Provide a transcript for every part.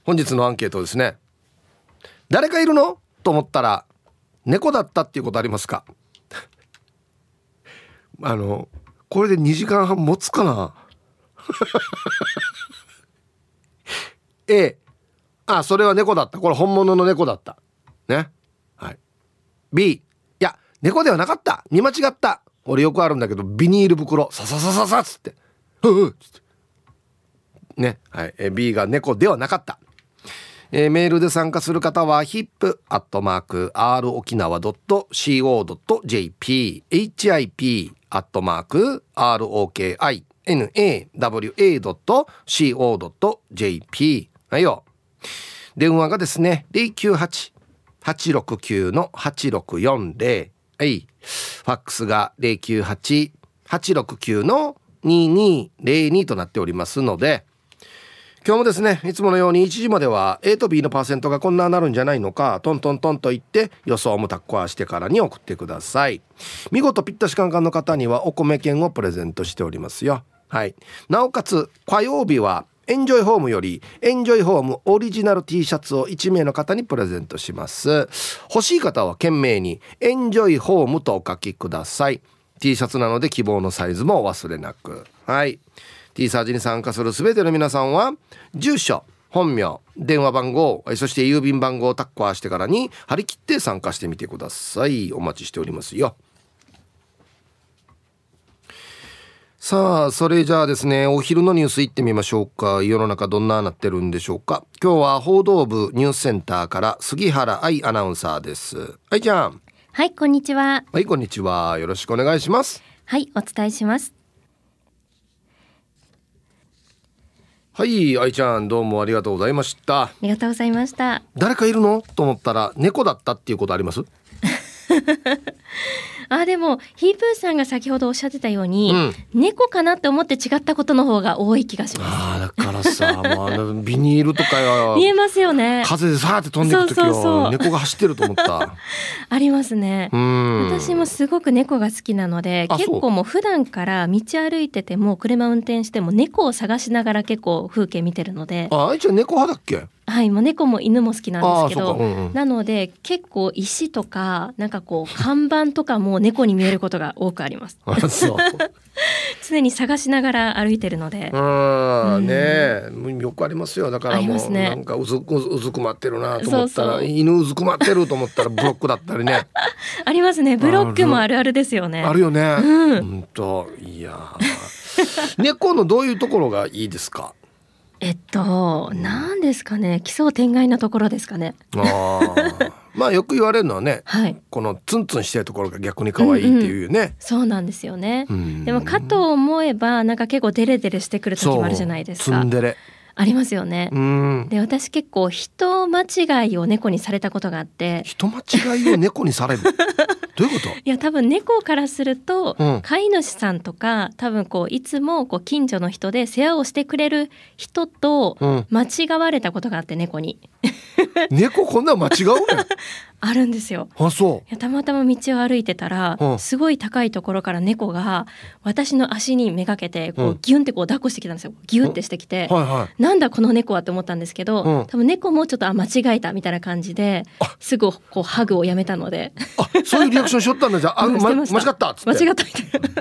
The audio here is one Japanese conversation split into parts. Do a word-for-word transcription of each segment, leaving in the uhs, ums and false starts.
本日のアンケートですね。誰かいるのと思ったら猫だったっていうことありますか？あのこれでにじかんはん持つかな。A、 あ、それは猫だった、これ本物の猫だったね。はい。 B、 いや猫ではなかった、見間違った、俺よくあるんだけどビニール袋さささささっつってふうっつってね、はい。え B が猫ではなかった。えー、メールで参加する方は ヒップ アットマーク アール 沖縄 ドット シーオー ドット ジェーピー ヒップ アットマーク アール オーケーアイエヌエーダブリューエー ドット シーオー ドット ジェーピー はいよ。電話がですね ゼロきゅうはち はちろくきゅう はちろくよんゼロ、はい。ファックスが ゼロきゅうはち はちろくきゅう ににゼロにとなっておりますので、今日もですね、いつものようにいちじまでは A と B のパーセントがこんななるんじゃないのか、トントントンと言って予想もタッコアしてからに送ってください。見事ぴったしカンカンの方にはお米券をプレゼントしておりますよ。はい。なおかつ火曜日はエンジョイホームよりエンジョイホームオリジナル T シャツをいちめいの方にプレゼントします。欲しい方は懸命にエンジョイホームとお書きください。 T シャツなので希望のサイズもお忘れなく。はい。T サージに参加するすべての皆さんは住所、本名、電話番号、そして郵便番号をタッカーしてからに張り切って参加してみてください。お待ちしておりますよ。さあ、それじゃあですね、お昼のニュースいってみましょうか。世の中どんななってるんでしょうか。今日は報道部ニュースセンターから杉原愛アナウンサーです。愛ちゃん。 はい、こんにちは。 はい、こんにちは。よろしくお願いします。 はい、お伝えします。 はい、愛ちゃん、どうもありがとうございました。 ありがとうございました。 誰かいるのと思ったら猫だったっていうことあります？ あ、でもヒープーさんが先ほどおっしゃってたように、 うん、 猫かなって思って違ったことの方が多い気がします。 あ、だからさ、もうあのビニールとかよ見えますよね。 風でさーって飛んでいくときはそうそうそう、 猫が走ってると思ったありますね。 うん、 私もすごく猫が好きなので、結構もう普段から道歩いてても車運転しても猫を探しながら結構風景見てるので。 あ、愛ちゃん猫派だっけ？ はい、もう猫も犬も好きなんですけど、 うんうん、 なので結構石とかなんかこう看板とかも猫に見えることが多くあります。 あ、そう常に探しながら歩いてるので。 あ、ねえ、よくありますよ。だからもう、 ね、 なんかうずくうずくまってるなと思ったら、 そうそう、 犬うずくまってると思ったらブロックだったりね。 ありますね。ブロックもあるあるですよね。 あるよね。 うん、 本当、いや猫のどういうところがいいですか？ えっと、何ですかね、奇想天外なところですかね。 あまあよく言われるのはね、 はい、 このツンツンしてるところが逆に可愛いっていうね、うんうん、 そうなんですよね。でもかと思えばなんか結構デレデレしてくる時もあるじゃないですか。 ツンデレありますよね。 うん、 で、私結構人間違いを猫にされたことがあって。 人間違いを猫にされるどういうこと？ いや、多分猫からすると、 うん、 飼い主さんとか多分こういつもこう近所の人で世話をしてくれる人と間違われたことがあって、猫に猫こんな間違うねあるんですよ。 あ、そう。 いや、たまたま道を歩いてたら、うん、すごい高いところから猫が私の足にめがけてこう、うん、ギュンってこう抱っこしてきたんですよ。ギュンってしてきて、 うん、はいはい、 なんだこの猫はって思ったんですけど、うん、多分猫もちょっとあ間違えたみたいな感じですぐこうハグをやめたので。 あ、そういうリアクションしよったんだ。じゃあ、あ、ま、間違ったっつって間違ったみたいな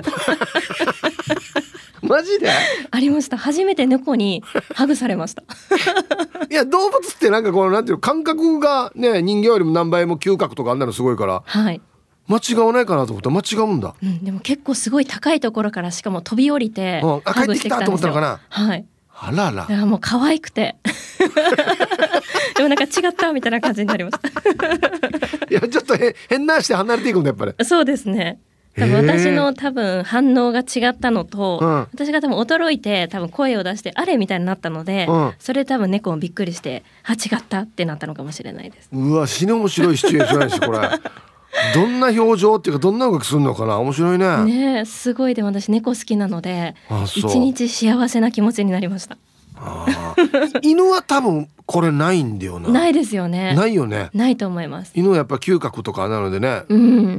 マジでありました。初めて猫にハグされましたいや、動物ってなんかこのなんていう感覚がね、人間よりも何倍も嗅覚とかあんなのすごいから、 はい、 間違わないかなと思ったら間違うんだ、 うん、でも結構すごい高いところからしかも飛び降りてハグしてきたんですよ。 帰ってきたと思ったのかな。 はい、 あらら、 だからもう可愛くてでもなんか違ったみたいな感じになりましたいや、ちょっと変なして離れていくんだやっぱり。 そうですね。多分私の多分反応が違ったのと、うん、私が多分驚いて多分声を出してあれみたいになったので、うん、それ多分猫もびっくりしてあ違ったってなったのかもしれないです。 うわ、死に面白いシチュエーションやしこれどんな表情っていうかどんな動きするのかな。面白いね。 ねえ、すごい。でも私猫好きなので一日幸せな気持ちになりました。 あ犬は多分これないんだよな。 ないですよね。 ないよね。 ないと思います。 犬はやっぱ嗅覚とかなのでね、うん、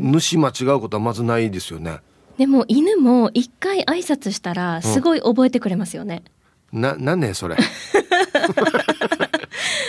主間違うことはまずないですよね。 でも犬も一回挨拶したらすごい覚えてくれますよね、 うん、な、なんねそれ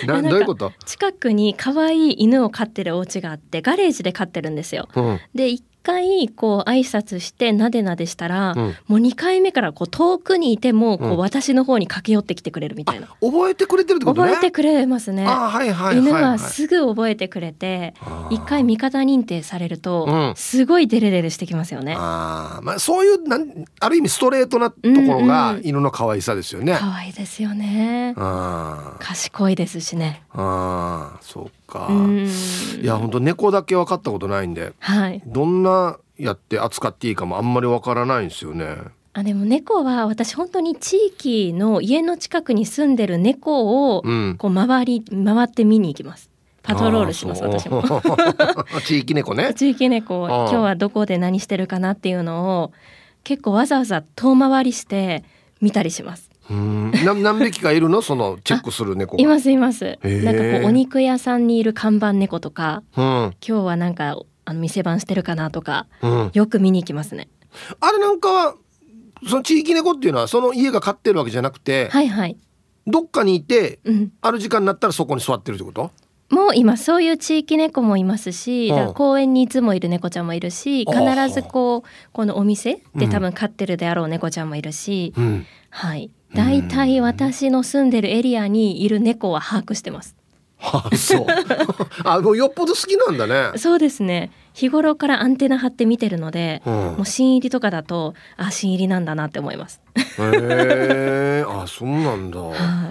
などういうこと？ 近くに可愛い犬を飼ってるお家があって、ガレージで飼ってるんですよ、うん、で一回こう挨拶してなでなでしたら、うん、もうにかいめからこう遠くにいてもこう私の方に駆け寄ってきてくれるみたいな、 うん、覚えてくれてるってことね。 覚えてくれますね。 あ、はいはいはいはい、 犬はすぐ覚えてくれて、一回味方認定されると、うん、すごいデレデレしてきますよね。 あ、まあ、そういうなんある意味ストレートなところが犬の可愛さですよね。 可愛いですよね。あ、賢いですしね。 ああ、そうか。うん、いや本当猫だけ分かったことないんで、はい、どんなやって扱っていいかもあんまり分からないんですよね。 あ、でも猫は私本当に地域の家の近くに住んでる猫をこう回り、うん、回って見に行きます。パトロールします、私も地域猫ね。 地域猫、今日はどこで何してるかなっていうのを結構わざわざ遠回りして見たりします。 うん、な何匹かいるの？そのチェックする猫が。 いますいます。なんかこうお肉屋さんにいる看板猫とか、うん、今日はなんかあの店番してるかなとか、うん、よく見に行きますね。 あれなんかはその地域猫っていうのはその家が飼ってるわけじゃなくて、はいはい、どっかにいて、うん、ある時間になったらそこに座ってるってこと？ もう今そういう地域猫もいますし、だから公園にいつもいる猫ちゃんもいるし、必ずこうこのお店で多分飼ってるであろう猫ちゃんもいるし、うん、はい、だいたい私の住んでるエリアにいる猫は把握してます。 はあ、そうあ、もうよっぽど好きなんだね。 そうですね、日頃からアンテナ張って見てるので、うん、もう新入りとかだとあ、新入りなんだなって思います。 へー、あ、そうなんだ、はい、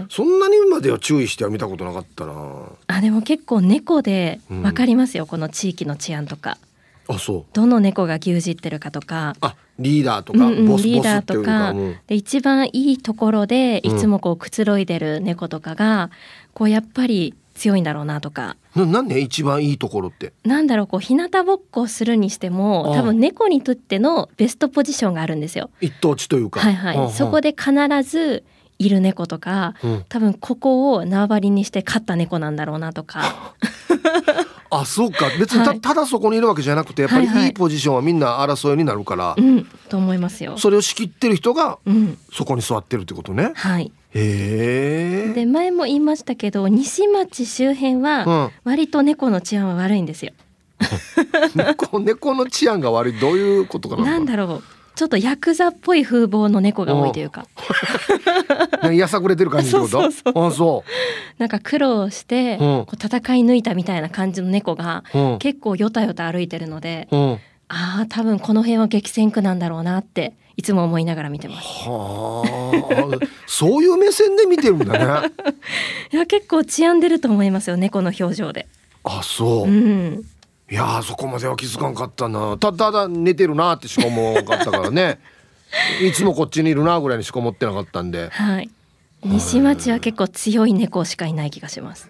そんなにまでは注意しては見たことなかったな。 あ、でも結構猫で分かりますよ、うん、この地域の治安とか。 あ、そう、 どの猫が牛耳ってるかとか、 あ、リーダーとか、うんうん、ボスリーダーとか、 うん、で一番いいところでいつもこうくつろいでる猫とかが、こうやっぱり強いんだろうなとか。 な、なんで一番いいところって、 なんだろう、こう日向ぼっこするにしても多分猫にとってのベストポジションがあるんですよ。 一等地というか、 はいはい、はあはあ、そこで必ずいる猫とか、うん、多分ここを縄張りにして飼った猫なんだろうなとかあ、そうか、別に た,、はい、ただそこにいるわけじゃなくて、やっぱりいいポジションはみんな争いになるから、 はいはい、うん、と思いますよ。 それを仕切ってる人がそこに座ってるってことね、うん、はい。へー。 で前も言いましたけど、西町周辺は割と猫の治安は悪いんですよ、 うん、猫, 猫の治安が悪い、どういうことかな。 なんだろう、ちょっとヤクザっぽい風貌の猫が多いというかやさぐれてる感じってこと？そうそうそう、あ、そう、 なんか苦労してこう戦い抜いたみたいな感じの猫が結構よたよた歩いてるので、うん、ああ、多分この辺は激戦区なんだろうなっていつも思いながら見てます。 はあ、そういう目線で見てるんだねいや、結構治安出ると思いますよ、猫の表情で。 あ、そう、うん、いや、そこまでは気づかんかったな。 た, ただ寝てるなってしか思わなかったからねいつもこっちにいるなぐらいにしか思ってなかったんで、はい、 西町は結構強い猫しかいない気がします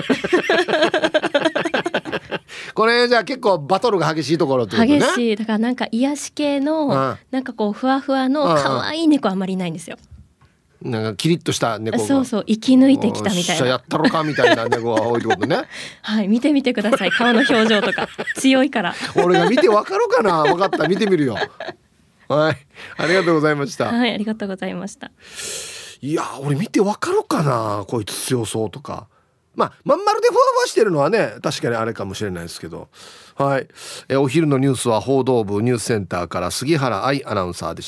これじゃあ結構バトルが激しいところってことね。 激しい、だからなんか癒し系の、うん、なんかこうふわふわの可愛い猫あんまりいないんですよ。 なんかキリッとした猫が、 そうそう、生き抜いてきたみたいな、 やったろかみたいな猫が多いってことねはい、見てみてください、顔の表情とか強いから俺が見てわかるかな。わかった、見てみるよはい、ありがとうございました。 はい、ありがとうございました。 いや、俺見てわかるかな、こいつ強そうとか。まあまん丸でふわふわしてるのはね、確かにあれかもしれないですけど、はい、えお昼のニュースは報道部ニュースセンターから杉原愛アナウンサーでした。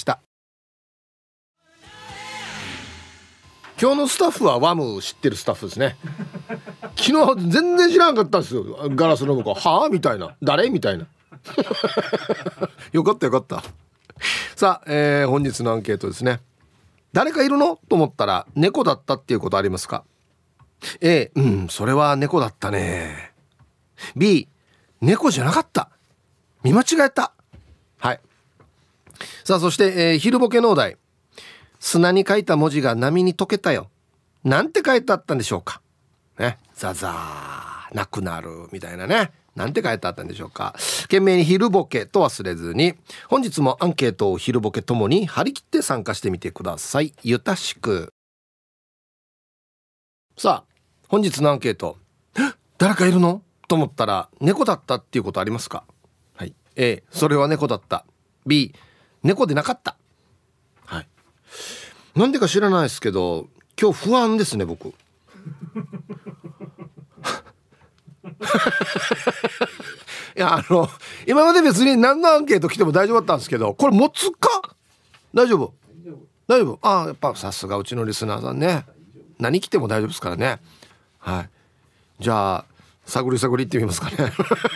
今日のスタッフはワム知ってるスタッフですね昨日全然知らなかったんですよ、ガラスの向こう、はぁみたいな、誰みたいなよかったよかったさあ、えー、本日のアンケートですね。誰かいるのと思ったら猫だったっていうことありますか？ A、 うん、それは猫だったね。 B、 猫じゃなかった、見間違えた。はい。さあ、そして、えー、昼ボケのお題、砂に書いた文字が波に溶けたよ、なんて書いてあったんでしょうかね。ザザー、なくなるみたいなね、なんて書いてあったんでしょうか。懸命に昼ボケと忘れずに、本日もアンケートを昼ボケともに張り切って参加してみてください。ゆたしく。さあ、本日のアンケート、誰かいるのと思ったら猫だったっていうことありますか？はい。 A、 それは猫だった。 B、 猫でなかった。はい。なんでか知らないですけど今日不安ですね僕いや、あの今まで別に何のアンケート来ても大丈夫だったんですけど、これ持つか、大丈夫大丈夫、ああ、やっぱさすがうちのリスナーさんね、何来ても大丈夫ですからね。はい、じゃあ探り探りってみますかね。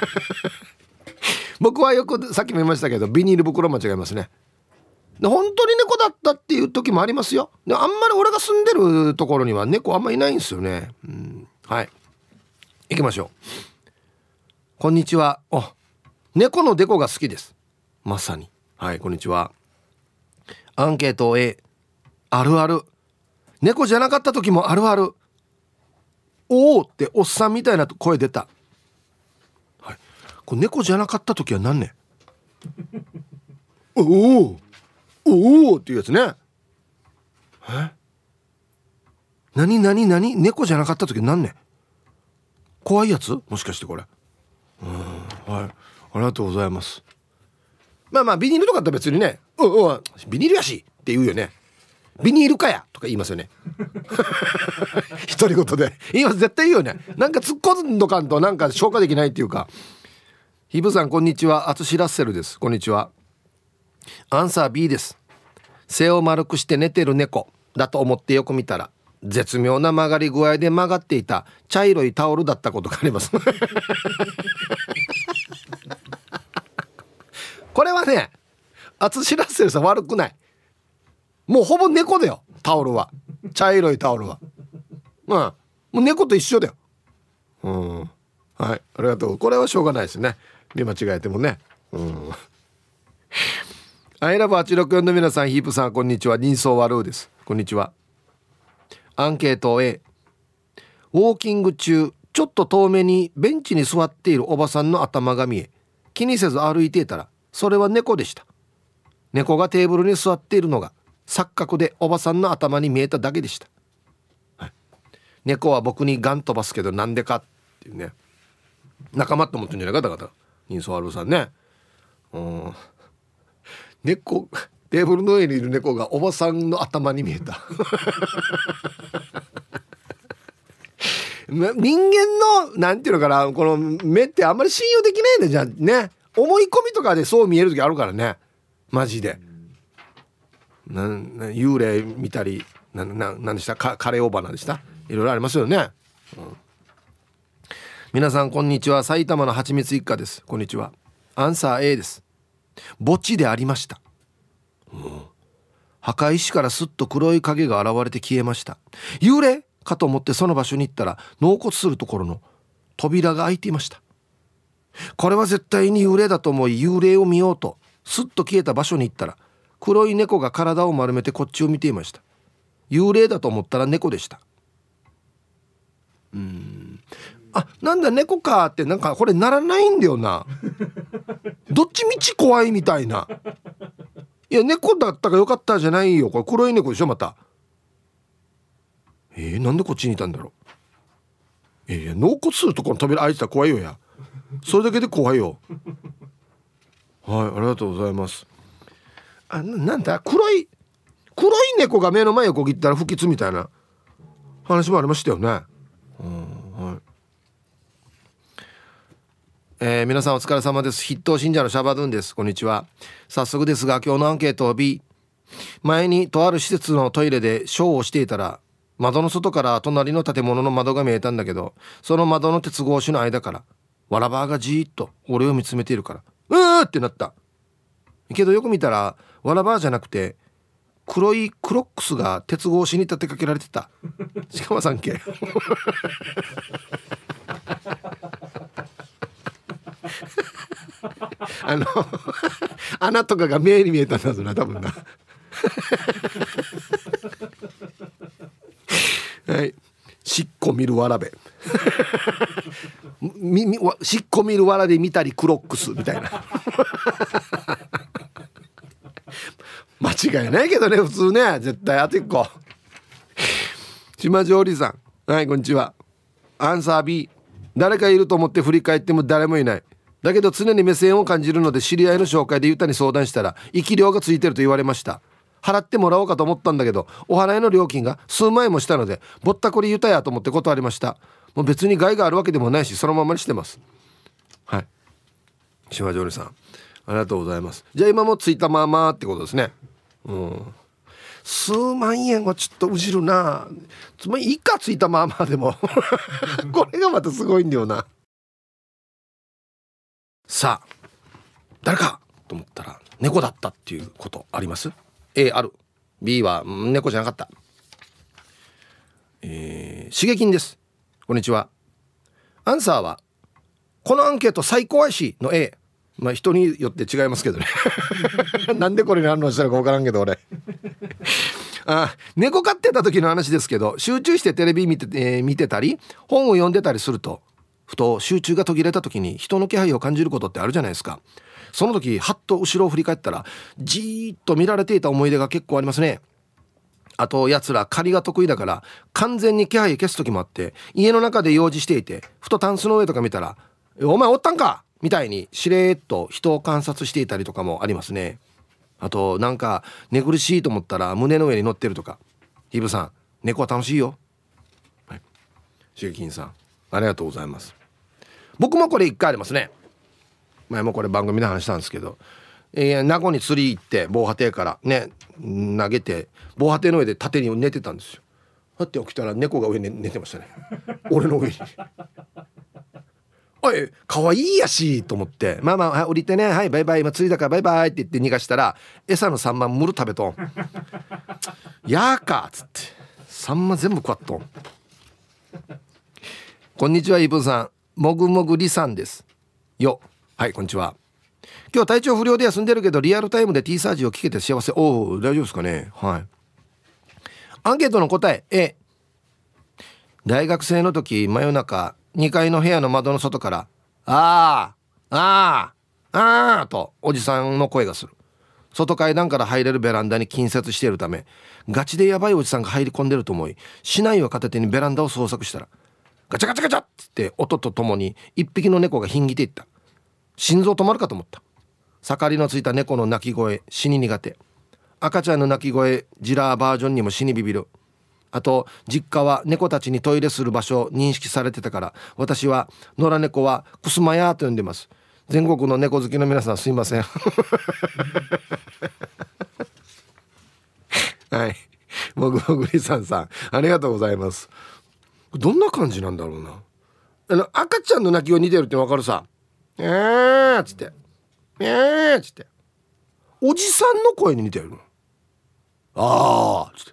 僕はよくさっきも言いましたけど、ビニール袋間違えますね。で本当に猫だったっていう時もありますよ。であんまり俺が住んでるところには猫あんまいないんですよね。うん、はい、行きましょう。こんにちは。あ、猫のデコが好きです。まさに。はい、こんにちは。アンケート A、 あるある。猫じゃなかった時もあるある。おおっておっさんみたいな声出た。はい、これ猫じゃなかった時は何ね。おおおおっていうやつね。え、何何何、猫じゃなかった時何ね、怖いやつ、もしかしてこれ。うん、はい、ありがとうございます。まあまあビニールとかって別にね、うんうん、ビニールやしって言うよね。ビニールかやとか言いますよね。独り言で言います、絶対言うよね。なんか突っ込んどかんとなんか消化できないっていうか。ヒブさんこんにちは、アツシラッセルです。こんにちは。アンサー B です。背を丸くして寝てる猫だと思ってよく見たら、絶妙な曲がり具合で曲がっていた茶色いタオルだったことがあります。これはね、アツシラッセルさん悪くない。もうほぼ猫だよ、タオルは。茶色いタオルは。うん、もう猫と一緒だよ。うん、はい、ありがとう。これはしょうがないですね、見間違えてもね。うん。アイラブはちろくよんの皆さん、ヒープさんこんにちは。人相悪うです。こんにちは。アンケート A、 ウォーキング中ちょっと遠目にベンチに座っているおばさんの頭が見え、気にせず歩いていたらそれは猫でした。猫がテーブルに座っているのが錯覚でおばさんの頭に見えただけでした。はい、猫は僕にガン飛ばすけどなんでかっていうね、仲間って思ってんじゃないか、だから人相悪うさんね。うん、猫テーブルの上にいる猫がおばさんの頭に見えた。人間のなんていうのかな、この目ってあんまり信用できないんだじゃんね。思い込みとかでそう見える時あるからね、マジで。なな幽霊見たり、なななんでしたか、カレーオーバーなんでした、いろいろありますよね。うん、皆さんこんにちは。埼玉のはちみつ一家です。こんにちは。アンサー A です。墓地でありました。うん、墓石からすっと黒い影が現れて消えました。幽霊かと思ってその場所に行ったら、納骨するところの扉が開いていました。これは絶対に幽霊だと思い、幽霊を見ようとすっと消えた場所に行ったら、黒い猫が体を丸めてこっちを見ていました。幽霊だと思ったら猫でした。うーん、あ、なんだ猫かって、なんかこれならないんだよな。どっちみち怖いみたいな。いや猫だったかよかったじゃないよ、これ黒い猫でしょまた。えー、なんでこっちにいたんだろう。えー、納骨するとこの扉開いてたら怖いよや。それだけで怖いよ。はい、ありがとうございます。あ、な、なんだ黒い黒い猫が目の前をこぎったら不吉みたいな話もありましたよね。うん、はい。えー、皆さんお疲れ様です。筆頭信者のシャバドゥンです。こんにちは。早速ですが今日のアンケートを B。 前にとある施設のトイレでショーをしていたら、窓の外から隣の建物の窓が見えたんだけど、その窓の鉄格子の間からわらばがじーっと俺を見つめているからうーってなった。けどよく見たらわらばじゃなくて黒いクロックスが鉄格子に立てかけられてた。しかもさんけ。あの穴とかが目に見えたんだぞな多分な。はい、しっこ見るわらべ。みみしっこ見るわらで見たりクロックスみたいな。間違いないけどね普通ね、絶対。あと一個。島上里さん、はいこんにちは。アンサー B。 誰かいると思って振り返っても誰もいない。だけど常に目線を感じるので、知り合いの紹介でユタに相談したら生き量がついてると言われました。払ってもらおうかと思ったんだけど、お払いの料金が数万円もしたのでぼったくりユタやと思って断りました。 もう別に害があるわけでもないしそのままにしてます。はい、島上里さんありがとうございます。じゃあ今もついたままってことですね。うん、数万円はちょっとうじるな。つまりいいかついたままでもこれがまたすごいんだよな。さあ誰かと思ったら猫だったっていうことあります？ A ある、 B は猫じゃなかった。えー、しげきんです。こんにちは。アンサーはこのアンケート最高やしの A。 まあ人によって違いますけどねなんでこれに反応したのか分からんけど俺あ、猫飼ってた時の話ですけど、集中してテレビ見て、えー、見てたり本を読んでたりするとふと集中が途切れた時に人の気配を感じることってあるじゃないですか。その時ハッと後ろを振り返ったらじーっと見られていた思い出が結構ありますね。あとやつら狩りが得意だから完全に気配消す時もあって、家の中で用事していてふとタンスの上とか見たらお前おったんかみたいにしれーっと人を観察していたりとかもありますね。あとなんか寝苦しいと思ったら胸の上に乗ってるとか。イブさん猫は楽しいよ。はい、しげきんさんありがとうございます。僕もこれ一回ありますね。前もこれ番組で話したんですけど、えー、名護に釣り行って防波堤からね投げて防波堤の上で縦に寝てたんですよ。はって起きたら猫が上に寝てましたね俺の上においかわいいやしと思って、まあまあ、はい、降りてね、はいバイバイ今釣りだからバイバイって言って逃がしたら餌のサンマむる食べとんやーかっつってサンマ全部食わっとん。こんにちはイブさん、もぐもぐりさんですよ。はい、こんにちは。今日体調不良で休んでるけどリアルタイムで T サージを聞けて幸せ。おお大丈夫ですかね。はい、アンケートの答え A。 大学生の時真夜中にかいの部屋の窓の外からあーあーあーとおじさんの声がする。外階段から入れるベランダに近接しているためガチでやばいおじさんが入り込んでると思い竹刀を片手にベランダを捜索したらガチャガチャガチャって音とともに一匹の猫がひんぎていった。心臓止まるかと思った。盛りのついた猫の鳴き声死に苦手。赤ちゃんの鳴き声ジラーバージョンにも死にビビる。あと実家は猫たちにトイレする場所を認識されてたから私は野良猫はクスマヤーと呼んでます。全国の猫好きの皆さんすいませんはいもぐもぐりさんさんありがとうございます。どんな感じなんだろうな。あの赤ちゃんの鳴き声似てるってわかるさ。えーっつってえーっつっておじさんの声に似てるの。あーっつって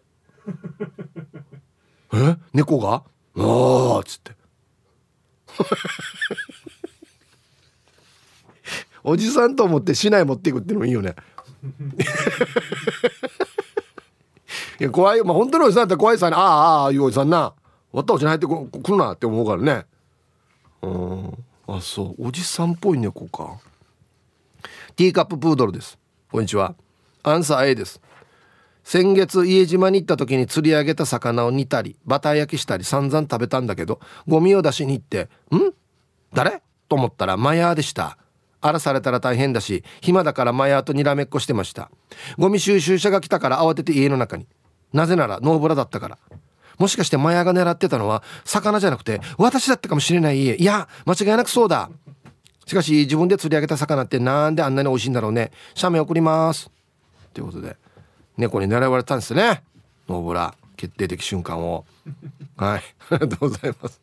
え猫があーっつっておじさんと思って市内持っていくってのもいいよねいや怖い、まあ、本当のおじさんだったら怖いさね。ああああいうおじさんなわったおじさん入ってこ来るなって思うからね。うん、あそうおじさんっぽい猫か。ティーカッププードルです。こんにちは。アンサー A です。先月家島に行った時に釣り上げた魚を煮たりバター焼きしたり散々食べたんだけどゴミを出しに行ってん誰と思ったらマヤーでした。荒らされたら大変だし暇だからマヤーとにらめっこしてました。ゴミ収集車が来たから慌てて家の中に。なぜならノーブラだったから。もしかしてマヤーが狙ってたのは魚じゃなくて私だったかもしれない。いや間違いなくそうだ。しかし自分で釣り上げた魚ってなんであんなに美味しいんだろうね。写メ送りますということで猫に狙われたんですね。ノーブラ決定的瞬間をはいありがとうございます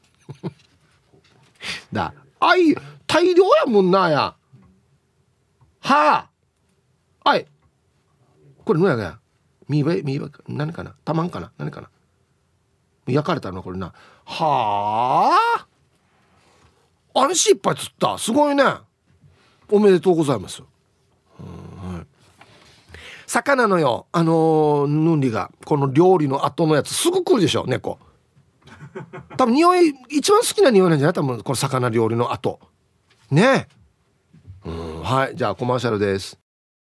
だあい大量やもんなやはあはいこれ何やがやみばみば何かなたまんかな何かな焼かれたのこれな。はああれ失敗釣ったすごいね。おめでとうございます。うん、はい、魚のよあのー、ヌンリがこの料理の後のやつすぐ来るでしょ猫。多分匂い一番好きな匂いなんじゃない多分この魚料理の後ねえ。うんはいじゃあコマーシャルです。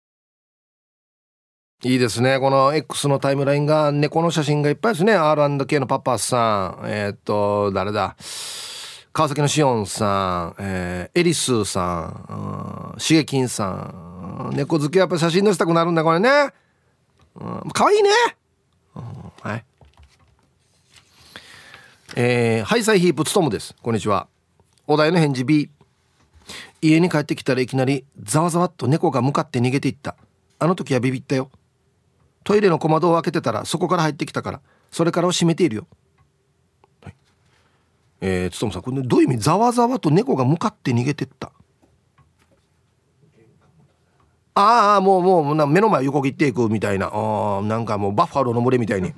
いいですねこの X のタイムラインが猫の写真がいっぱいですね。 アールアンドケー のパパさんえー、っと誰だ川崎のしおんさん、えー、エリスーさんしげきんさん猫好きはやっぱ写真載せたくなるんだこれね。かわいいね、うん、はいえー、ハイサイヒープつともです。こんにちは。お題の返事 B。 家に帰ってきたらいきなりざわざわっと猫が向かって逃げていった。あの時はビビったよ。トイレの小窓を開けてたらそこから入ってきたから、それからを閉めているよ。はい、えー、つともさん、これどういう意味？ざわざわと猫が向かって逃げてった。ああ、もうもうな目の前横切っていくみたいな。ああ、なんかもうバッファローの群れみたいに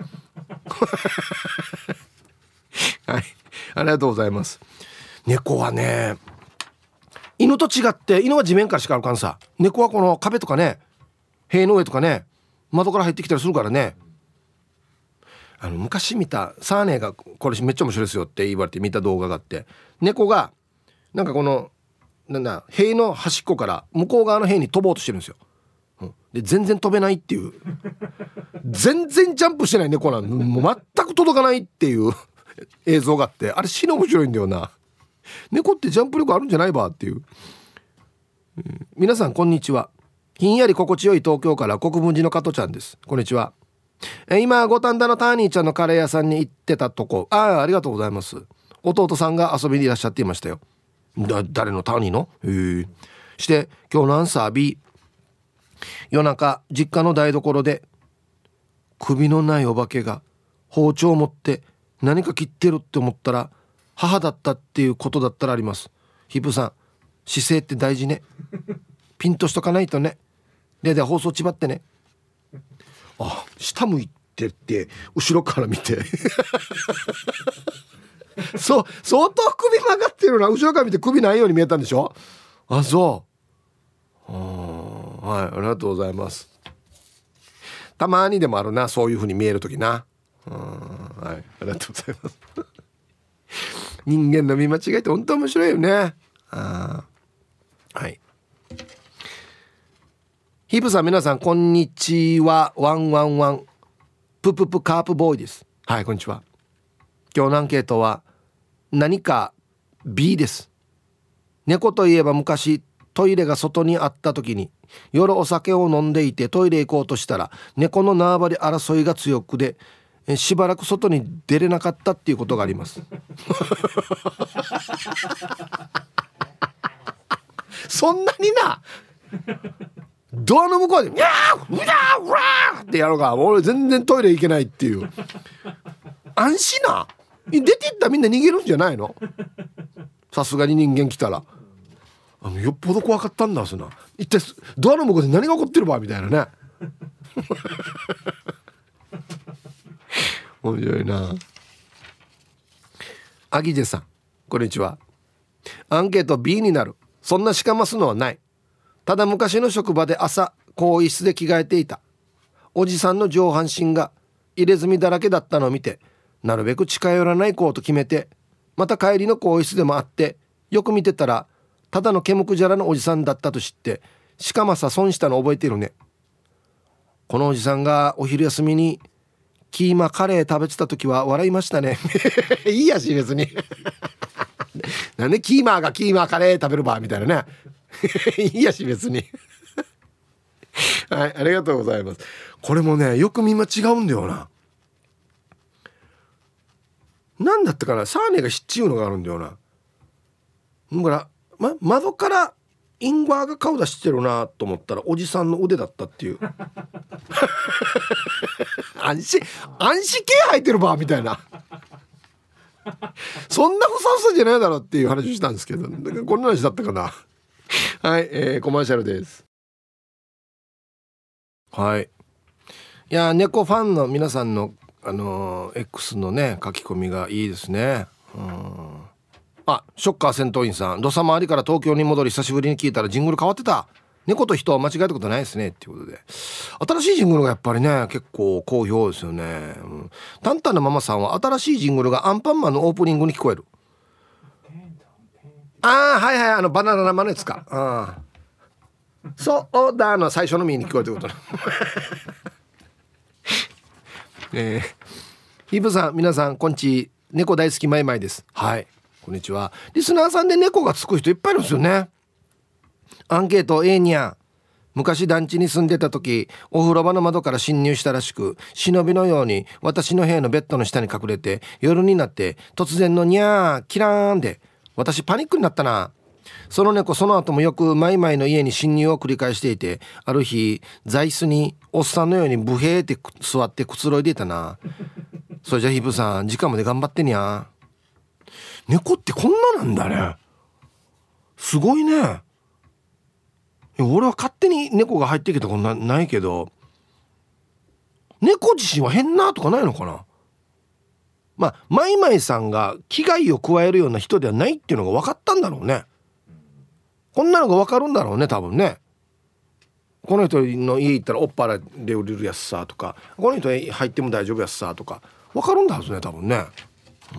はい、ありがとうございます。猫はね、犬と違って犬は地面からしか歩かんさ。猫はこの壁とかね、塀の上とかね、窓から入ってきたりするからね。あの昔見たサーネがこれめっちゃ面白いですよって言われて見た動画があって、猫がなんかこのなんだ塀の端っこから向こう側の塀に飛ぼうとしてるんですよ。で全然飛べないっていう、全然ジャンプしてない猫なんで、もう全く届かないっていう映像があって、あれ死の面白いんだよな。猫ってジャンプ力あるんじゃないばっていう、うん、皆さんこんにちは。ひんやり心地よい東京から国分寺の加トちゃんです。こんにちは。え今五反田のターニーちゃんのカレー屋さんに行ってたとこ、ああありがとうございます。弟さんが遊びにいらっしゃっていましたよ。だ誰のターニーのへえ。して今日のアンサー B。 夜中実家の台所で首のないお化けが包丁を持って何か切ってるって思ったら母だったっていうことだったらあります。ヒップさん、姿勢って大事ね。ピンとしとかないとね。でで放送ちばってね。あ、下向いてって後ろから見てそう相当首曲がってるな。後ろから見て首ないように見えたんでしょ。あ、そうあ、はい、ありがとうございます。たまにでもあるな、そういう風に見えるときな。うん、はい、ありがとうございます人間の見間違いって本当面白いよね。あ、はい。ヒープさん、皆さんこんにちは。ワンワンワンプププカープボーイです。はい、こんにちは。今日のアンケートは何か B です。猫といえば昔トイレが外にあった時に夜お酒を飲んでいてトイレ行こうとしたら猫の縄張り争いが強くでしばらく外に出れなかったっていうことがありますそんなになドアの向こうでニャーウィダーワーってやろうが、俺全然トイレ行けないっていう。安心な出て行ったらみんな逃げるんじゃないの。さすがに人間来たらあのよっぽど怖かったんだそんな。一体ドアの向こうで何が起こってるばみたいなね面白いな。アギジェさん、こんにちは。アンケート B になる。そんなしかますのはない。ただ昔の職場で朝更衣室で着替えていたおじさんの上半身が入れ墨だらけだったのを見て、なるべく近寄らないこうと決めて、また帰りの更衣室でもあってよく見てたらただの毛むくじゃらのおじさんだったと知ってしかまさ損したの覚えているね。このおじさんがお昼休みにキーマカレー食べてた時は笑いましたねいいやし別になんでキーマーがキーマーカレー食べるばみたいなねいいやし別にはい、ありがとうございます。これもねよくみんな違うんだよな。なんだったかな、サーネが知っちゅうのがあるんだよな。だから、ま、窓からインゴアが顔出してるなと思ったらおじさんの腕だったっていう安心安心系入ってるばみたいなそんなふさふさじゃないだろうっていう話をしたんですけど、こんな話だったかなはい、えー、コマーシャルです。はい、いや猫ファンの皆さんのあのー、X のね書き込みがいいですね。うん、あ、ショッカー戦闘員さん、土佐回りから東京に戻り久しぶりに聞いたらジングル変わってた。猫と人は間違えたことないですねっていうことで、新しいジングルがやっぱりね結構好評ですよね。うん、タンタンのママさんは新しいジングルがアンパンマンのオープニングに聞こえる。ああ、はいはい、あのバナナ生のやつか。ああ、そうだの最初のミーに聞こえてることえー、ヒブさん、皆さんこんち、猫大好きマイマイです。はい、こんにちは。リスナーさんで猫がつく人いっぱいいるんですよね。アンケート A にゃ昔団地に住んでた時、お風呂場の窓から侵入したらしく、忍びのように私の部屋のベッドの下に隠れて、夜になって突然のニャーキラーンで私パニックになったな。その猫その後もよくマイマイの家に侵入を繰り返していて、ある日座椅子におっさんのようにブヘーって座ってくつろいでいたな。それじゃヒープさん時間まで頑張ってにゃ。猫ってこんななんだね。すごいね。俺は勝手に猫が入ってきたことなないけど、猫自身は変なとかないのかな。まあマイマイさんが危害を加えるような人ではないっていうのが分かったんだろうね。こんなのが分かるんだろうね多分ね。この人の家行ったらおっぱらで売れるやつさとか、この人入っても大丈夫やつさとか分かるんだはずね多分ね。うん、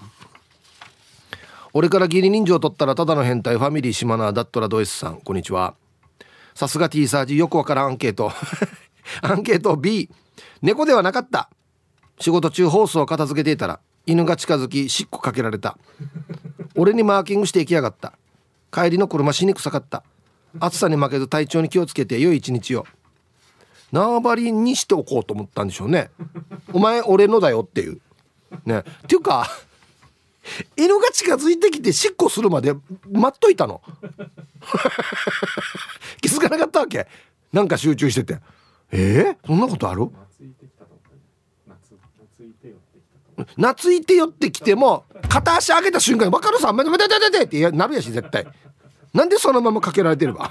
俺から義理人情を取ったらただの変態ファミリーシマナーダットラドエスさん、こんにちは。さすが T サージ、よくわからんアンケートアンケート B、 猫ではなかった。仕事中ホースを片付けていたら犬が近づきしっこかけられた。俺にマーキングしていきやがった。帰りの車死に臭かった。暑さに負けず体調に気をつけて良い一日を。縄張りにしておこうと思ったんでしょうね。お前俺のだよっていうね。っていうか犬が近づいてきてしっこするまで待っといたの気づかなかったわけ。なんか集中してて、えー、そんなことある？懐いて寄ってきても片足上げた瞬間に分かるさ、待て待て待て待てってなるやし絶対。なんでそのままかけられてれば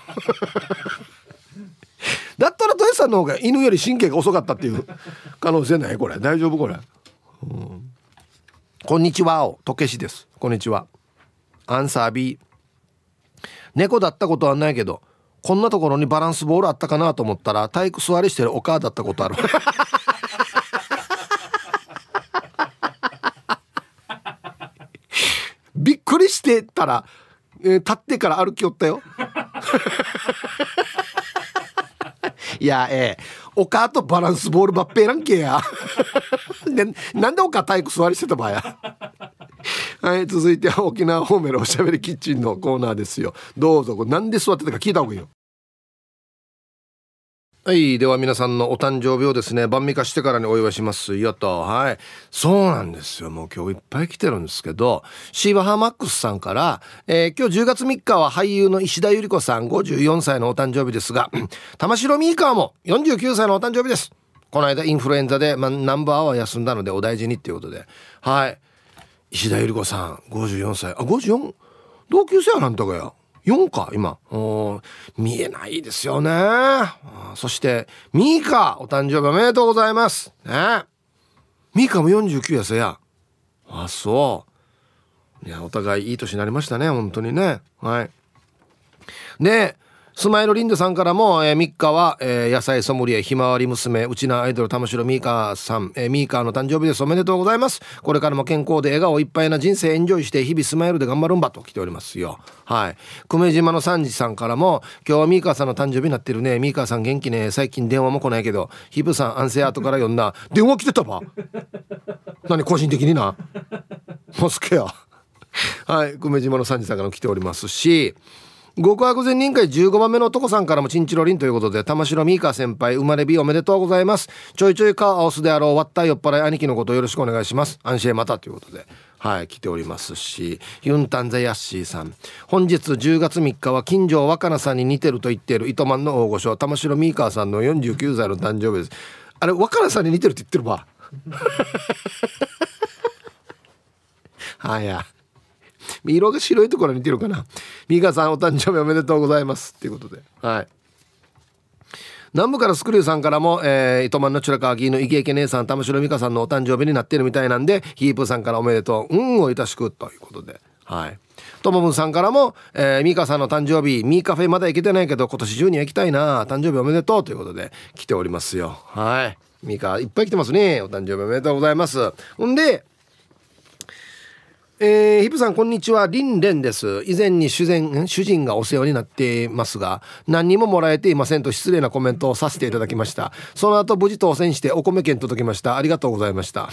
だったらドエさんの方が犬より神経が遅かったっていう可能性ない？これ大丈夫これ、うん、こんにちはおとけしです。こんにちは。アンサー B、 猫だったことはないけどこんなところにバランスボールあったかなと思ったら体育座りしてるお母だったことあるびっくりしてたら、えー、立ってから歩きよったよいやええー、お母とバランスボールばっぺーらんけやでなんでお母体育座りしてた場合やはい、続いては沖縄方面のおしゃべりキッチンのコーナーですよ。どうぞ。これなんで座ってたか聞いた方がいいよ。はい、では皆さんのお誕生日をですね晩御飯してからにお祝いしますよと。はい、そうなんですよ。もう今日いっぱい来てるんですけど、シーバハマックスさんから、えー、今日じゅうがつみっかは俳優の石田ゆり子さんごじゅうよんさいのお誕生日ですが玉城ミーカーもよんじゅうきゅうさいのお誕生日です。この間インフルエンザで、ま、ナンバーは休んだのでお大事にっていうことで、はい、石田ゆり子さんごじゅうよんさい、あごじゅうよん、同級生はなんとかやよんか今。見えないですよね。そしてミーカお誕生日おめでとうございますね。ミーカもよんじゅうきゅうやせや。あそう、いやお互いいい年になりましたね本当にね。はい。でスマイルリンドさんからも、えー、みっかは、えー、野菜ソムリエひまわり娘うちなアイドル玉城ミーカーさん、えー、ミーカーの誕生日です。おめでとうございます。これからも健康で笑顔いっぱいな人生エンジョイして日々スマイルで頑張るんばと来ておりますよ。はい。久米島の三時さんからも今日はミーカーさんの誕生日になってるね。ミーカーさん元気ね。最近電話も来ないけどヒブさん安静後から呼んだ電話来てたば何個人的になもうすけやはい久米島の三時さんからも来ておりますし、極悪善人会じゅうごばんめの男さんからもチンチロリンということで、玉城ミーカー先輩生まれ日おめでとうございます。ちょいちょい顔合わすであろう割った酔っ払い兄貴のことよろしくお願いします。安心またということではい来ておりますし、ユンタンザヤッシーさん、本日じゅうがつみっかは金城若菜さんに似てると言っている糸満の大御所玉城ミーカーさんのよんじゅうきゅうさいの誕生日です。あれ若菜さんに似てるって言ってるわはや色が白いところに似てるかな。ミカさんお誕生日おめでとうございますっていうことで、はい。南部からスクリューさんからも、えー、糸満のチュラカーギーのイケイケ姉さん玉城美香さんのお誕生日になってるみたいなんで、ヒープさんからおめでとううんをいたしくということで、はい。ともぶんさんからも、えー、ミカさんの誕生日ミーカフェまだ行けてないけど今年中には行きたいな、誕生日おめでとうということで来ておりますよ。はい。ミカいっぱい来てますね。お誕生日おめでとうございます。ほんでえー、ヒプさんこんにちは、リンレンです。以前に主人、主人がお世話になっていますが何にももらえていませんと失礼なコメントをさせていただきました。その後無事当選してお米券届きました。ありがとうございました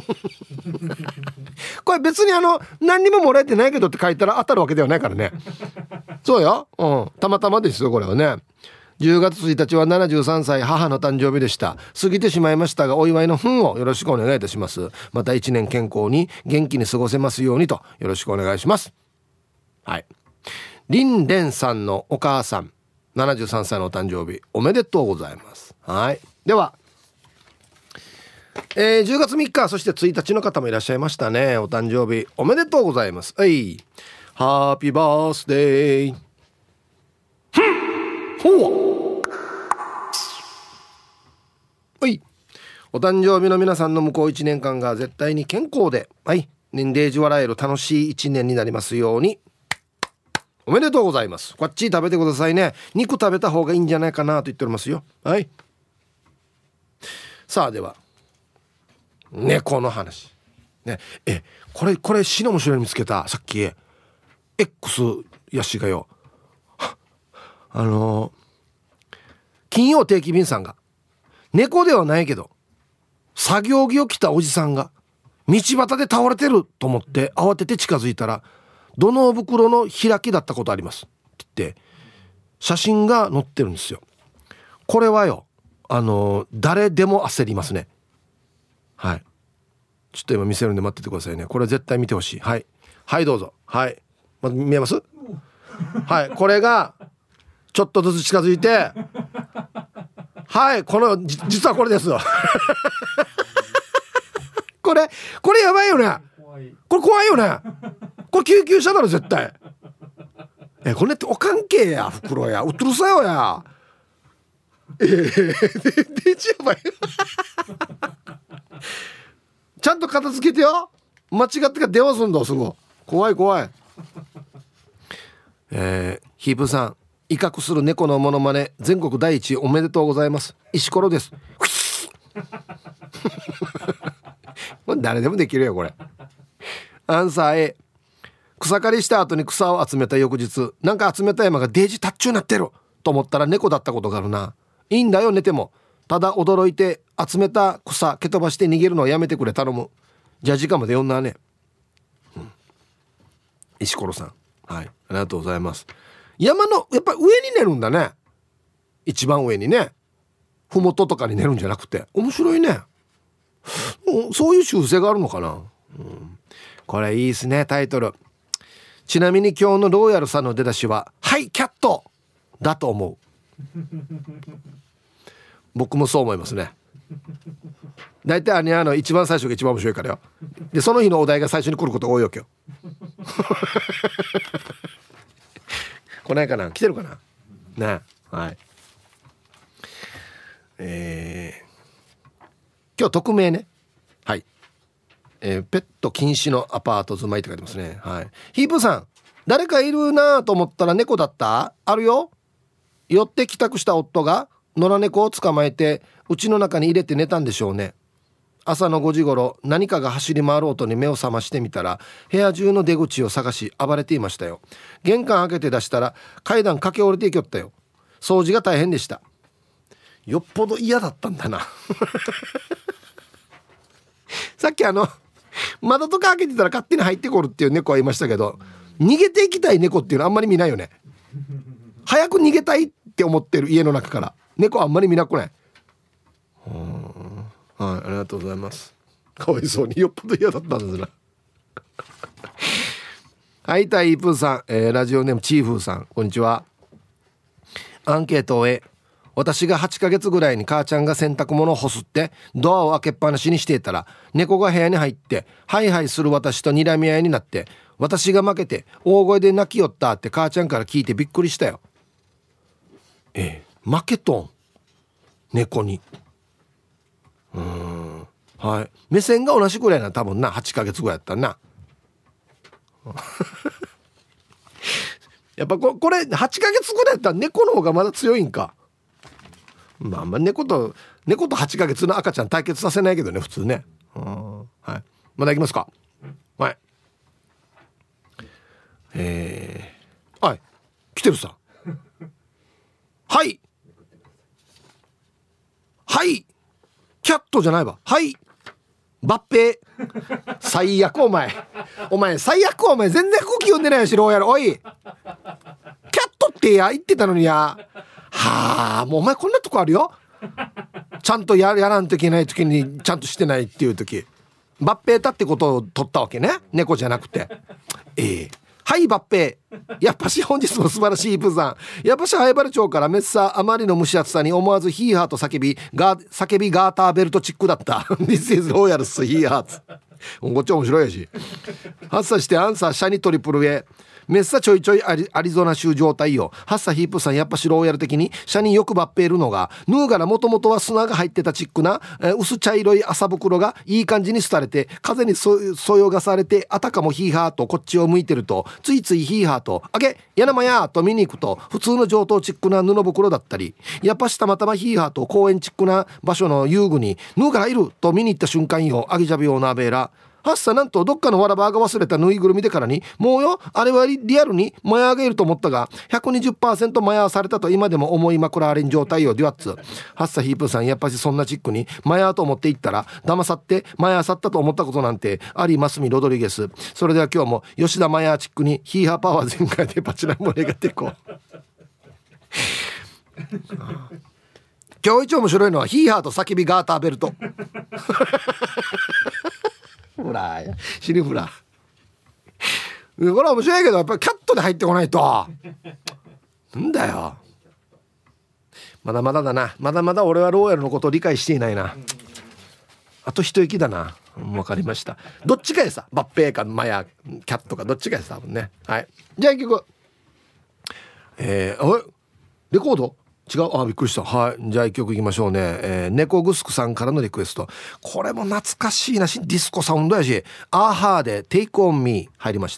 これ別にあの何にももらえてないけどって書いたら当たるわけではないからねそうよ、うん、たまたまですよこれはね。 じゅうがつついたちはななじゅうさんさい母の誕生日でした。過ぎてしまいましたがお祝いの分をよろしくお願いいたします。またいちねん健康に元気に過ごせますようにとよろしくお願いします。はい、りんれんさんのお母さんななじゅうさんさいのお誕生日おめでとうございます。はい、では、えー、じゅうがつみっかそしてついたちの方もいらっしゃいましたね。お誕生日おめでとうございます。はい、ハッピーバースデー。ほう、はい、お誕生日の皆さんの向こういちねんかんが絶対に健康で、はい、年齢時笑える楽しいいちねんになりますように。おめでとうございます。こっち食べてくださいね。肉食べた方がいいんじゃないかなと言っておりますよ。はい、さあでは猫の話ね。えこれこれ死の面白いの見つけた。さっき X やしがよあのー、金曜定期便さんが猫ではないけど作業着を着たおじさんが道端で倒れてると思って慌てて近づいたら土の袋の開きだったことありますって言って写真が載ってるんですよ。これはよあのー、誰でも焦りますね。はい、ちょっと今見せるんで待っててくださいね。これ絶対見てほしい。はいはいどうぞ。はい、ま、見えます？はい、これがちょっとずつ近づいてはいこの実はこれですよこれこれやばいよね。これ怖いよね。これ救急車だろ絶対。えこれってお関係や袋やうっとるさよやえー、でちやばいちゃんと片付けてよ。間違ってから電話すんだすぐ。怖い怖い。えー、ヒープさん威嚇する猫のモノマネ全国第一おめでとうございます。石ころですこれ誰でもできるよこれ。アンサー A、 草刈りした後に草を集めた翌日なんか集めた山がデージタッチュになってると思ったら猫だったことがあるな。いいんだよ寝ても。ただ驚いて集めた草蹴飛ばして逃げるのをやめてくれ頼む。じゃあ時間まで読んだね、うん、石ころさんはいありがとうございます。山のやっぱ上に寝るんだね。一番上にねふもととかに寝るんじゃなくて面白いね。そういう習性があるのかな、うん、これいいですねタイトル。ちなみに今日のローヤルさんの出だしははいキャットだと思う僕もそう思いますね。だいたいあの一番最初が一番面白いからよ。でその日のお題が最初に来ることが多いわけよ来ないかな来てるかなね。はいえー、今日匿名ね。はい、えー、ペット禁止のアパート住まいって書いてますね。はい、ヒープさん誰かいるなと思ったら猫だった。あるよ。寄って帰宅した夫が野良猫を捕まえて家の中に入れて寝たんでしょうね。朝のごじ頃何かが走り回る音に目を覚ましてみたら部屋中の出口を探し暴れていましたよ。玄関開けて出したら階段駆け下りていきよったよ。掃除が大変でした。よっぽど嫌だったんだなさっきあの窓とか開けてたら勝手に入ってこるっていう猫はいましたけど逃げていきたい猫っていうのあんまり見ないよね。早く逃げたいって思ってる家の中から猫あんまり見なくない。はい、ありがとうございます。かわいそうによっぽど嫌だったんですなはいたいイープーさん、えー、ラジオネームチーフーさんこんにちは。アンケートを終え私がはちかげつぐらいに母ちゃんが洗濯物を干すってドアを開けっぱなしにしていたら猫が部屋に入ってハイハイする私と睨み合いになって私が負けて大声で泣きよったって母ちゃんから聞いてびっくりしたよ。ええ負けとん猫に。うーんはい目線が同じぐらいな多分なはちかげつぐらいやったなやっぱこれはちかげつぐらいやったら猫の方がまだ強いんか。まああんま猫と猫とはちかげつの赤ちゃん対決させないけどね普通ね。うんはいまだいきますか。はいえー、はい来てるさはいはいキャットじゃないわ。はいバッペー最悪お前お前最悪お前全然空気読んでないしローヤルおいキャットってや言ってたのにやはあもうお前こんなとこあるよちゃんと や, やらんといけない時にちゃんとしてないっていう時抜兵たってことを取ったわけね、猫じゃなくて。ええー、はい抜兵、やっぱし本日も素晴らしいイプさん、やっぱし灰原町からメッサーあまりの蒸し暑さに思わずヒーハーと叫びガー叫びガーターベルトチックだった。This is Royals ヒーハーツ。こっちは面白いやし。発作してアンサーシャニトリプル A、メッサちょいちょいア リ, アリゾナ州状態よ。ハッサヒープさんやっぱしローヤル的にシャによく抜兵るのがヌーガラもともとは砂が入ってたチックな、えー、薄茶色い麻袋がいい感じに廃れて風に そ, そよがされてあたかもヒーハーとこっちを向いてるとついついヒーハーとあげやなまやーと見に行くと普通の上等チックな布袋だったり、やっぱしたまたまヒーハーと公園チックな場所の遊具にヌーガラいると見に行った瞬間よ、アギジャビオナーベーラはっさなんとどっかのわらばが忘れたぬいぐるみでからにもうよあれはリアルにマヤーがいると思ったが ひゃくにじゅっパーセント マヤーされたと今でも思いまくられん状態よ。デュアッツハッサヒープさんやっぱしそんなチックにマヤーと思っていったら騙さってマヤーさったと思ったことなんてありますみロドリゲス。それでは今日も吉田マヤーチックにヒーハーパワー全開でパチナ盛り上がっていこう。今日一面白いのはヒーハーと叫びガーターベルトフラーやシリフラー、これは面白いけどやっぱりキャットで入ってこないとなんだよ。まだまだだな、まだまだ俺はローヤルのことを理解していないな。あと一息だな。わかりました。どっちかやさバッペーかマヤキャットかどっちかやさ多分ね。はい、じゃあ一曲えー、あれレコード違う、あびっくりした。はい、じゃあ一曲いきましょうね。えー、猫グスクさんからのリクエスト、これも懐かしいなし、ディスコサウンドやし、アーハーで Take on Me 入りました。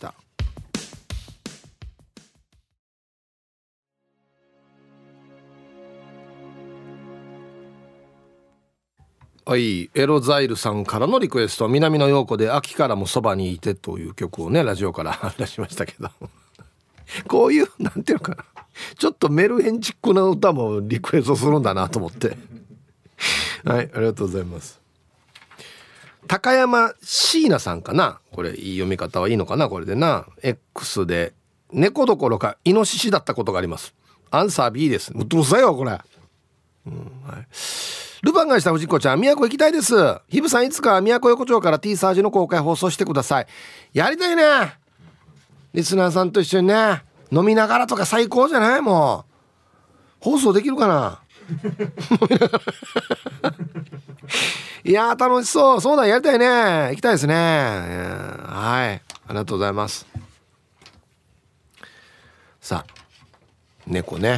はい、エロザイルさんからのリクエスト、南野陽子で秋からもそばにいてという曲をねラジオから出しましたけどこういうなんていうのかな、ちょっとメルヘンチックな歌もリクエストするんだなと思ってはい、ありがとうございます。高山椎名さんかな、これいい読み方はいいのかな、これでな。 X で猫どころかイノシシだったことがあります。アンサー B です。うっとうさいわこれ、うん、はい。ルパンがした藤子ちゃん、宮古行きたいです。ヒブさんいつか宮古横丁から T サージの公開放送してください。やりたいね、リスナーさんと一緒にね、飲みながらとか最高じゃない？もう放送できるかないやー楽しそう、そうだやりたいね、行きたいですね。はい、ありがとうございます。さあ猫ね、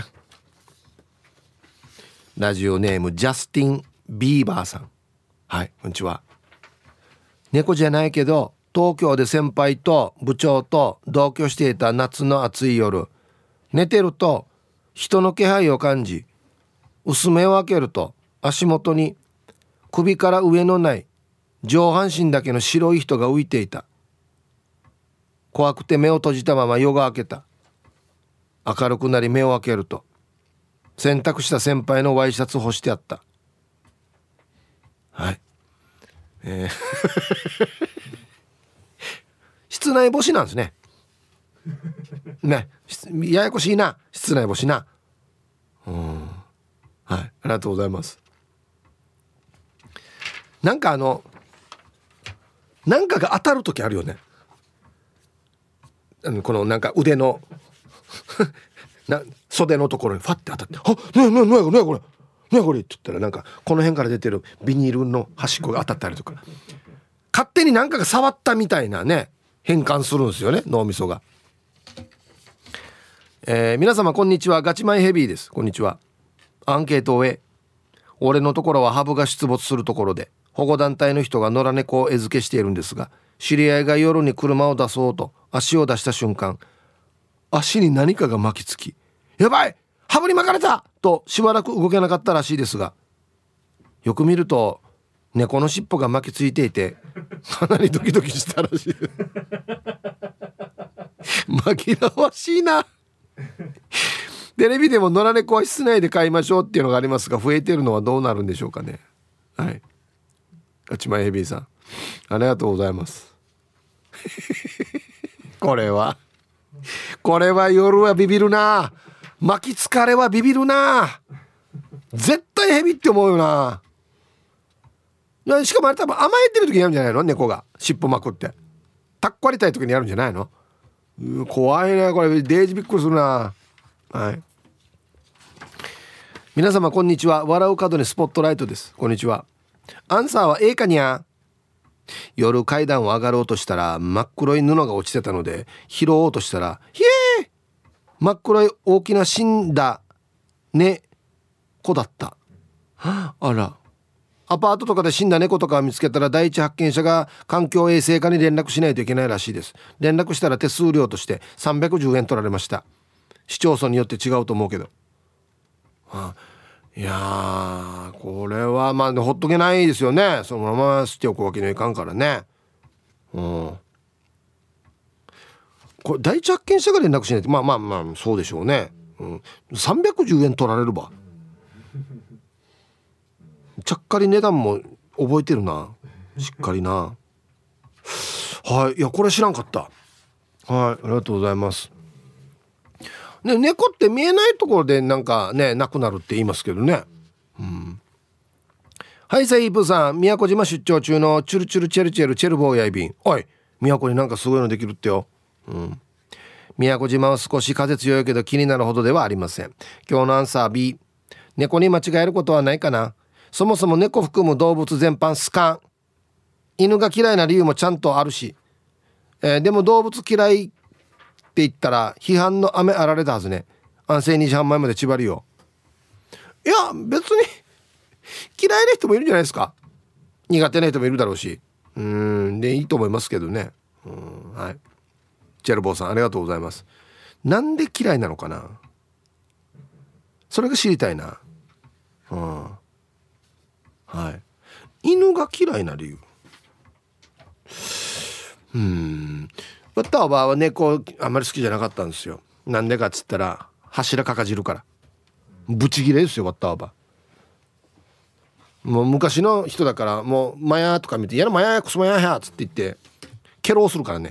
ラジオネームジャスティン・ビーバーさん、はい、こんにちは。猫じゃないけど東京で先輩と部長と同居していた夏の暑い夜、寝てると人の気配を感じ、薄目を開けると足元に首から上のない上半身だけの白い人が浮いていた。怖くて目を閉じたまま夜が明けた。明るくなり目を開けると洗濯した先輩のワイシャツ干してあった。はい、えー室内干しなんですね。ね、ややこしいな、室内干しな。うん、はい、ありがとうございます。なんかあのなんかが当たる時あるよね。あのこのなんか腕のな袖のところにファッて当たって、あ、ねえねえねえこれねえこれって言ったら、なんかこの辺から出てるビニールの端っこが当たったりとか、勝手になんかが触ったみたいなね変換するんですよね、脳みそが。えー、皆様こんにちは、ガチマイヘビーです。こんにちは。アンケートを終え、俺のところはハブが出没するところで保護団体の人が野良猫を餌付けしているんですが、知り合いが夜に車を出そうと足を出した瞬間、足に何かが巻きつき、やばいハブに巻かれたとしばらく動けなかったらしいですが、よく見ると猫の尻尾が巻きついていてかなりドキドキしたらしい紛らわしいな。テレビでも野良猫は室内で飼いましょうっていうのがありますが、増えているのはどうなるんでしょうかね。はい、ガチマイヘビーさんありがとうございますこれはこれは夜はビビるな。 巻き疲れはビビるな。絶対ヘビって思うよな。しかもあれ多分甘えてる時にやるんじゃないの、猫が尻尾巻くって。タッコ割りたい時にやるんじゃないの。う怖いねこれ。デージびっくりするな。はい、皆様こんにちは。笑う角にスポットライトです。こんにちは。アンサーは A かにゃ。夜階段を上がろうとしたら真っ黒い布が落ちてたので拾おうとしたら、ひえー、真っ黒い大きな死んだ猫だった。あら、アパートとかで死んだ猫とかを見つけたら第一発見者が環境衛生課に連絡しないといけないらしいです。連絡したら手数料としてさんびゃくじゅうえん取られました。市町村によって違うと思うけど、はあ、いやーこれはまあほっとけないですよね。そのまま捨ておくわけにはいかんからね。うん、これ第一発見者が連絡しないと、まあまあまあそうでしょうね。うん、さんびゃくじゅうえん取られるば。ちゃっかり値段も覚えてるな、しっかりな。はい、いやこれ知らんかった。はい、ありがとうございます。ね、猫って見えないところでなんかね亡くなるって言いますけどね。うん、はいさイープーさん、宮古島出張中のチュルチュルチェルチェルチェルボーヤイビン。おい、宮古になんかすごいのできるってよ。うん、宮古島は少し風強いけど気になるほどではありません。今日のアンサー B。 猫に間違えることはないかな。そもそも猫含む動物全般好かん。犬が嫌いな理由もちゃんとあるし、えー、でも動物嫌いって言ったら批判の雨あられたはずね。安静にじはん前まで縛りよ。いや別に嫌いな人もいるんじゃないですか。苦手な人もいるだろうし、うーんでいいと思いますけどね。うん、はい、チェルボーさんありがとうございます。なんで嫌いなのかな、それが知りたいな。うん、はい、犬が嫌いな理由、うーん、バッターは猫あんまり好きじゃなかったんですよ。なんでかっつったら柱かかじるから。ブチギレですよバッターは。もう昔の人だからもうマヤとか見て、やらマヤクソマヤやっつって言ってケロをするからね。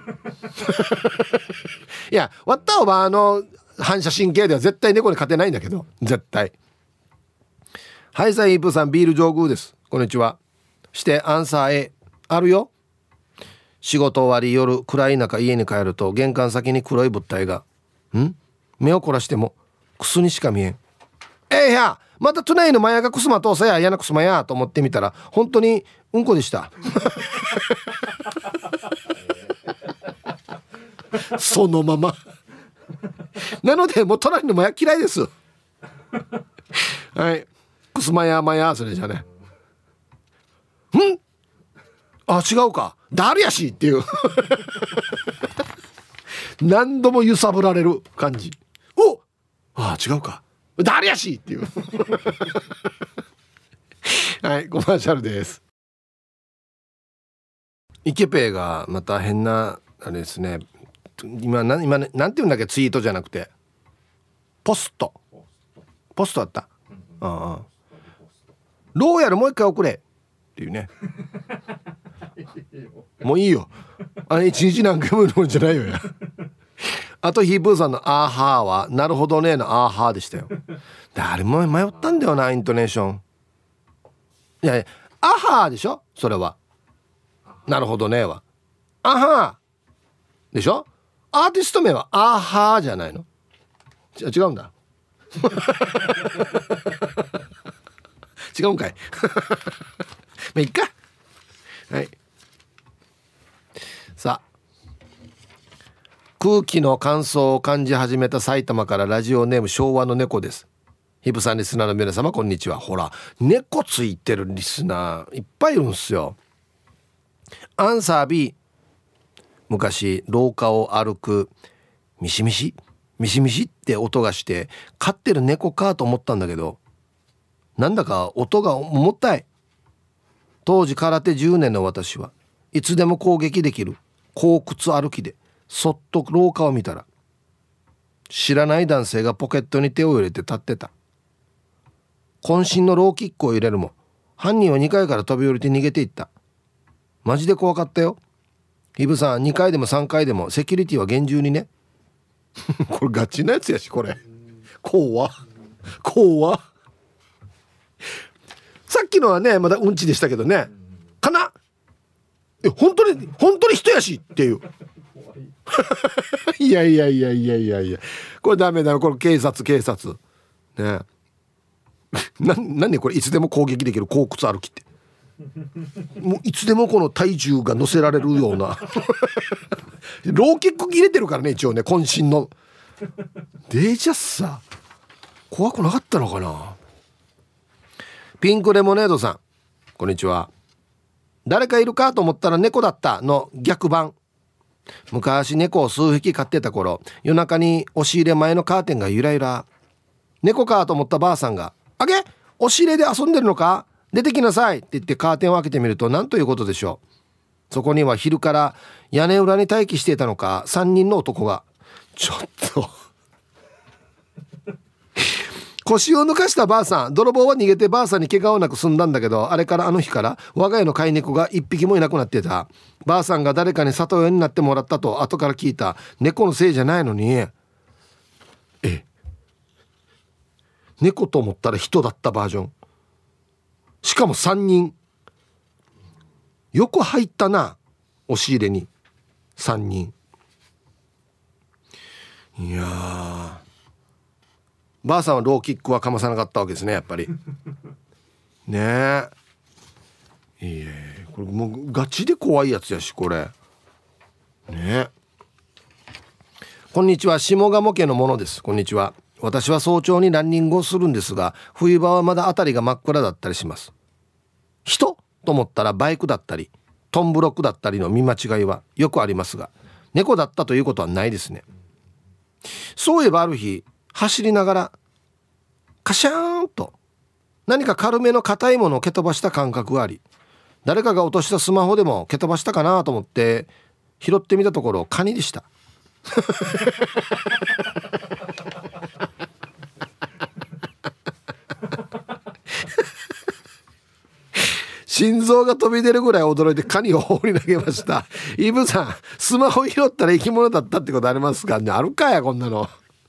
いやワッターはあの反射神経では絶対猫に勝てないんだけど、絶対。はいさイープーさん、ビール上宮です。こんにちは。してアンサー A あるよ。仕事終わり夜暗い中家に帰ると玄関先に黒い物体が、ん目を凝らしてもクスにしか見えん。えいやまたトゥナイのマヤがクスマ通さややなクスマやと思ってみたら本当にうんこでした。そのまま。なのでもう隣のマヤ嫌いです。はい、クスマヤマヤそれじゃね。んあ違うか誰やしっていう。何度も揺さぶられる感じ。おあ違うか誰やしっていう。はいコマーシャルです。イケペイがまた変なあれですね。今な今ねなんていうんだっけ、ツイートじゃなくてポストポストだった。ああローヤルもう一回送れっていうね。もういいよあれ一日何回も言うもんじゃないよや。あとヒープーさんのアーハーはなるほどねのアーハーでしたよ。誰も迷ったんだよなイントネーション。いやいやアハーでしょそれは。なるほどねはアハーでしょ。アーティスト名はアーハーじゃないの。違うんだ。違うんかい。まあいっか。はい。さあ空気の乾燥を感じ始めた埼玉からラジオネーム昭和の猫です。ヒブさんリスナーの皆様こんにちは。ほら猫ついてるリスナーいっぱいいるんですよ。アンサー B。 昔廊下を歩くミシミシミシミシって音がして飼ってる猫かと思ったんだけど、なんだか音が重たい。当時空手じゅうねんの私はいつでも攻撃できる後屈歩きでそっと廊下を見たら知らない男性がポケットに手を入れて立ってた。渾身のローキックを入れるも犯人はにかいから飛び降りて逃げていった。マジで怖かったよ。イブさんにかいでもさんかいでもセキュリティは厳重にね。これガチなやつやしこれ。 怖怖さっきのはねまだうんちでしたけどねかなえ本当に本当に人やしっていういやいやいやいやいやいやこれダメだよこれ警察警察ねな何これいつでも攻撃できる後屈歩きってもういつでもこの体重が乗せられるようなローキック入れてるからね一応ね渾身のデジャスさ怖くなかったのかな。ピンクレモネードさんこんにちは。誰かいるかと思ったら猫だったの逆版。昔猫を数匹飼ってた頃夜中に押し入れ前のカーテンがゆらゆら。猫かと思ったばあさんがあげ押し入れで遊んでるのか出てきなさいって言ってカーテンを開けてみると何ということでしょう。そこには昼から屋根裏に待機していたのかさんにんの男がちょっと腰を抜かしたばあさん泥棒は逃げてばあさんに怪我をなく済んだんだけどあれからあの日から我が家の飼い猫が一匹もいなくなってた。ばあさんが誰かに里親になってもらったと後から聞いた。猫のせいじゃないのにえ猫と思ったら人だったバージョン。しかもさんにんよく入ったな押し入れにさんにん。いやーばあさんはローキックはかまさなかったわけですねやっぱりねえいえこれもうガチで怖いやつやしこれね。こんにちは下鴨家のものです。こんにちは。私は早朝にランニングをするんですが冬場はまだ辺りが真っ暗だったりします。人と思ったらバイクだったりトンブロックだったりの見間違いはよくありますが猫だったということはないですね。そういえばある日走りながらカシャーンと何か軽めの硬いものを蹴飛ばした感覚があり誰かが落としたスマホでも蹴飛ばしたかなと思って拾ってみたところカニでした心臓が飛び出るぐらい驚いてカニを放り投げました。イブさんスマホ拾ったら生き物だったってことありますかね。あるかやこんなの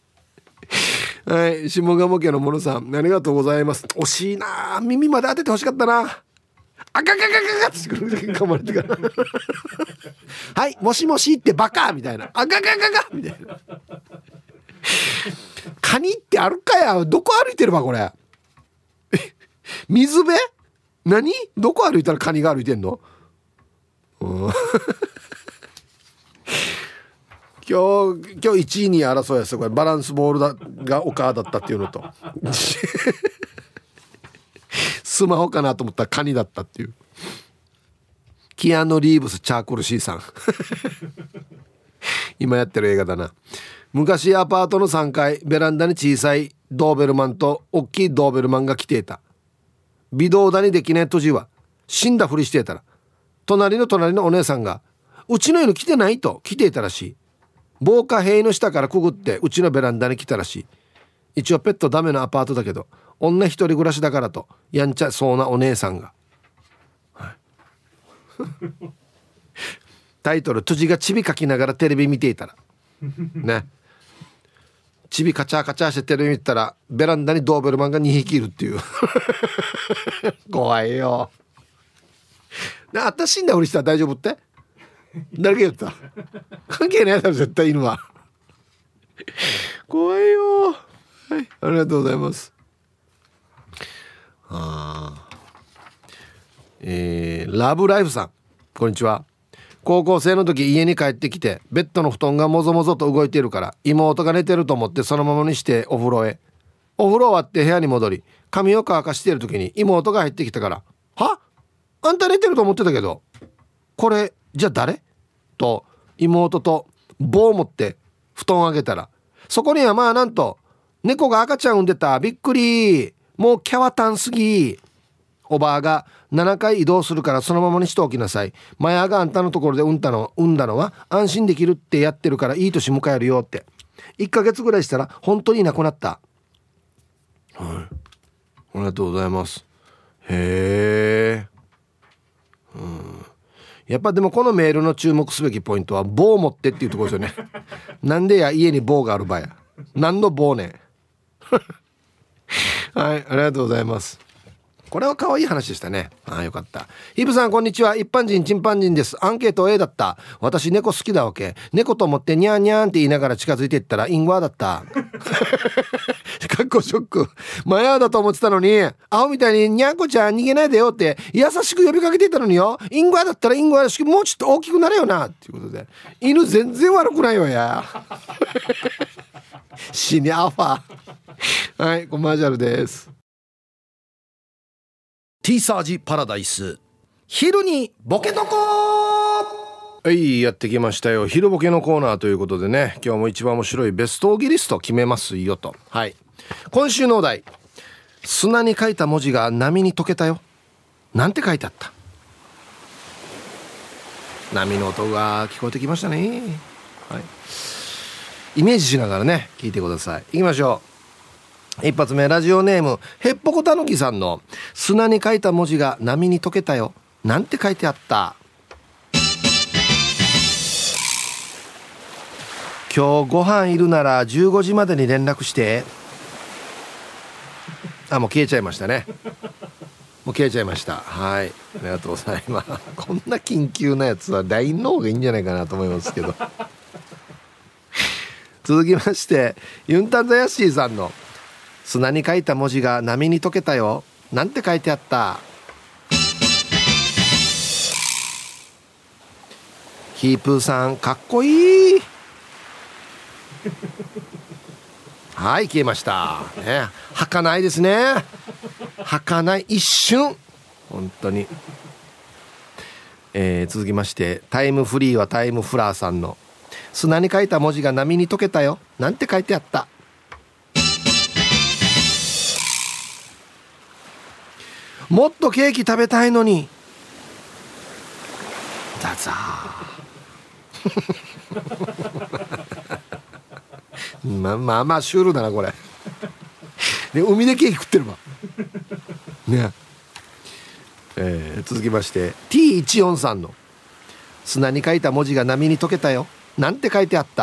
はい下鴨家のものさんありがとうございます。惜しいな耳まで当ててほしかったな。あかかかかかって噛まれてからはいもしもしってバカみたいなあかかかかみたいなカニってあるかやどこ歩いてるわこれ水辺何どこ歩いたらカニが歩いてんの、うん、今日今日いちいに争いやすこれバランスボールだがオカーだったっていうのとスマホかなと思ったらカニだったっていう。キアヌ・リーブス・チャーコルシーさん今やってる映画だな。昔アパートのさんかいベランダに小さいドーベルマンと大きいドーベルマンが来ていた。微動だにできない年は死んだふりしていたら隣の隣のお姉さんがうちの犬来てないと来ていたらしい。防火塀の下からくぐってうちのベランダに来たらしい。一応ペットダメなアパートだけど女一人暮らしだからとやんちゃそうなお姉さんが、はい、タイトル辻がチビかきながらテレビ見ていたらねチビカチャカチャしてテレビ見てたらベランダにドーベルマンがにひきいるっていう怖いよな。あった死んだふりしたら大丈夫って誰が言った。関係ないだろ絶対犬は怖いよ。はいありがとうございます。あえー、ラブライフさんこんにちは。高校生の時家に帰ってきてベッドの布団がもぞもぞと動いているから妹が寝てると思ってそのままにしてお風呂へ。お風呂終わって部屋に戻り髪を乾かしている時に妹が入ってきたからはあんた寝てると思ってたけどこれじゃあ誰と妹と棒を持って布団をあげたらそこにはまあなんと猫が赤ちゃん産んでた。びっくり。もうキャワタンすぎ。おばあがななかい移動するからそのままにしておきなさい。マヤがあんたのところで産んだの産んだのは安心できるってやってるからいい年迎えるよって。いっかげつぐらいしたら本当にいなくなった。はいありがとうございます。へえ、うん、やっぱでもこのメールの注目すべきポイントは棒を持ってっていうところですよねなんでや家に棒がある場合や何の棒ねはい、ありがとうございます。これは可愛い話でしたね。ああ、よかった。イブさんこんにちは。一般人チンパンジンです。アンケート A だった。私猫好きだわけ。猫と思ってニャーニャーンって言いながら近づいていったらインワーだった。かっこショック。マヤーだと思ってたのに、アホみたいにニャンコちゃん逃げないでよって優しく呼びかけていたのによ。インワーだったらインワーらしくもうちょっと大きくなれよなっていうことで、犬全然悪くないよや。死にアファ。はい、コマーシャルです。 T サージパラダイス、昼にボケとこ。 はい、やってきましたよ。昼ボケのコーナーということでね、今日も一番面白いベストオギリスト決めますよと。はい、今週のお題、砂に書いた文字が波に溶けたよ、なんて書いてあった。波の音が聞こえてきましたね。はい、イメージしながらね聞いてください。いきましょう。一発目、ラジオネームへっぽこたぬきさんの砂に書いた文字が波に溶けたよ、なんて書いてあった。今日ご飯いるならじゅうごじまでに連絡して。あ、もう消えちゃいましたね。もう消えちゃいました。はい、ありがとうございます。こんな緊急なやつは ライン の方がいいんじゃないかなと思いますけど。続きまして、ユンタンザヤッシーさんの砂に書いた文字が波に溶けたよ、なんて書いてあった。ヒープーさんかっこいい。はい、消えましたね。儚いですね。儚い、一瞬、本当に。えー、続きまして、タイムフリーはタイムフラーさんの砂に書いた文字が波に溶けたよ、なんて書いてあった。もっとケーキ食べたいのに。ザザー。まあまあまあシュールだなこれ。で、海でケーキ食ってるわね。えー、続きまして ティーじゅうよん さんの砂に書いた文字が波に溶けたよ、なんて書いてあった。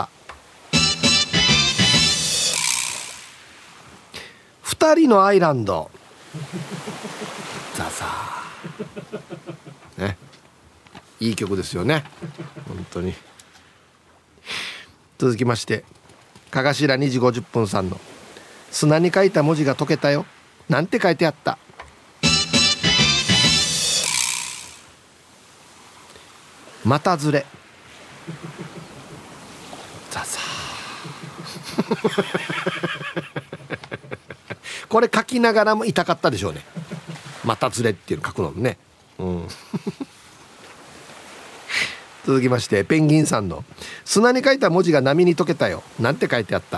二人のアイランド。ザザーね、いい曲ですよね本当に。続きましてかがしらにじごじゅっぷんさんの砂に書いた文字が溶けたよ、なんて書いてあった。またずれ。ザザー。これ書きながらも痛かったでしょうね。またずれっていうの書くのもね、うん、続きましてペンギンさんの砂に書いた文字が波に溶けたよ、なんて書いてあった。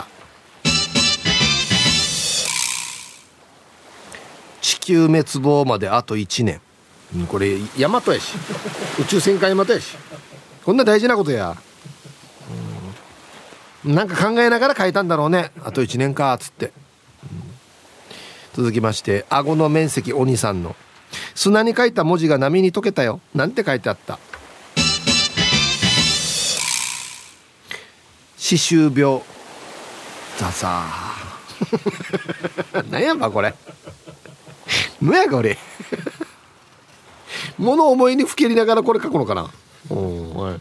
地球滅亡まであといちねん、うん、これヤマトやし、宇宙戦艦ヤマトやし、こんな大事なことや、うん、なんか考えながら書いたんだろうね。あといちねんかっつって、続きまして顎の面積鬼さんの砂に書いた文字が波に溶けたよ、なんて書いてあった。歯周病。ザザー。何やばこれ。何やこれ。物思いにふけりながらこれ書くのかな。うん、はい、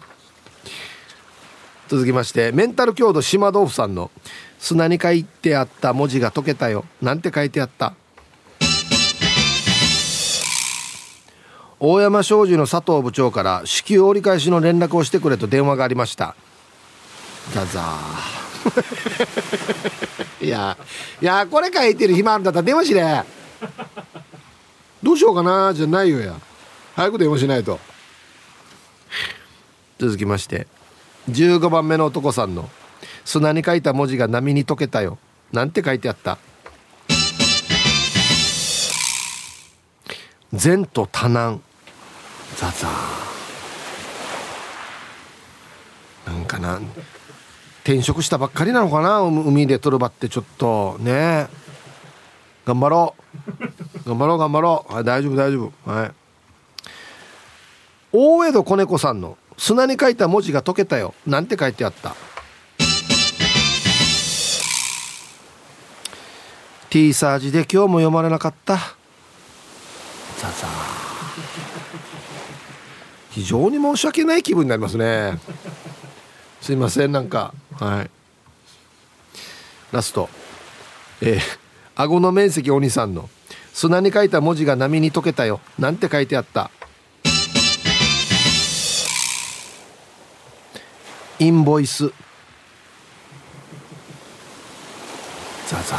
続きましてメンタル強度島豆腐さんの砂に書いてあった文字が溶けたよ、なんて書いてあった。大山商事の佐藤部長から至急折り返しの連絡をしてくれと電話がありました。ザザー。いやいや、これ書いてる暇あるんだったら電話しれ。どうしようかなじゃないよや、早く電話しないと。続きましてじゅうごばんめの男さんの砂に書いた文字が波に溶けたよ、なんて書いてあった。善と多難。ザザー。なんかな、転職したばっかりなのかな、海で取る場ってちょっとね。頑張ろう頑張ろう頑張ろう、はい、大丈夫大丈夫、はい。大江戸子猫さんの砂に書いた文字が溶けたよ、なんて書いてあった。 T サージで今日も読まれなかった。ザザー。非常に申し訳ない気分になりますね。すいません、なんかはい。ラスト、えー、顎の面積お兄さんの砂に書いた文字が波に溶けたよなんて書いてあった。インボイス。ザザ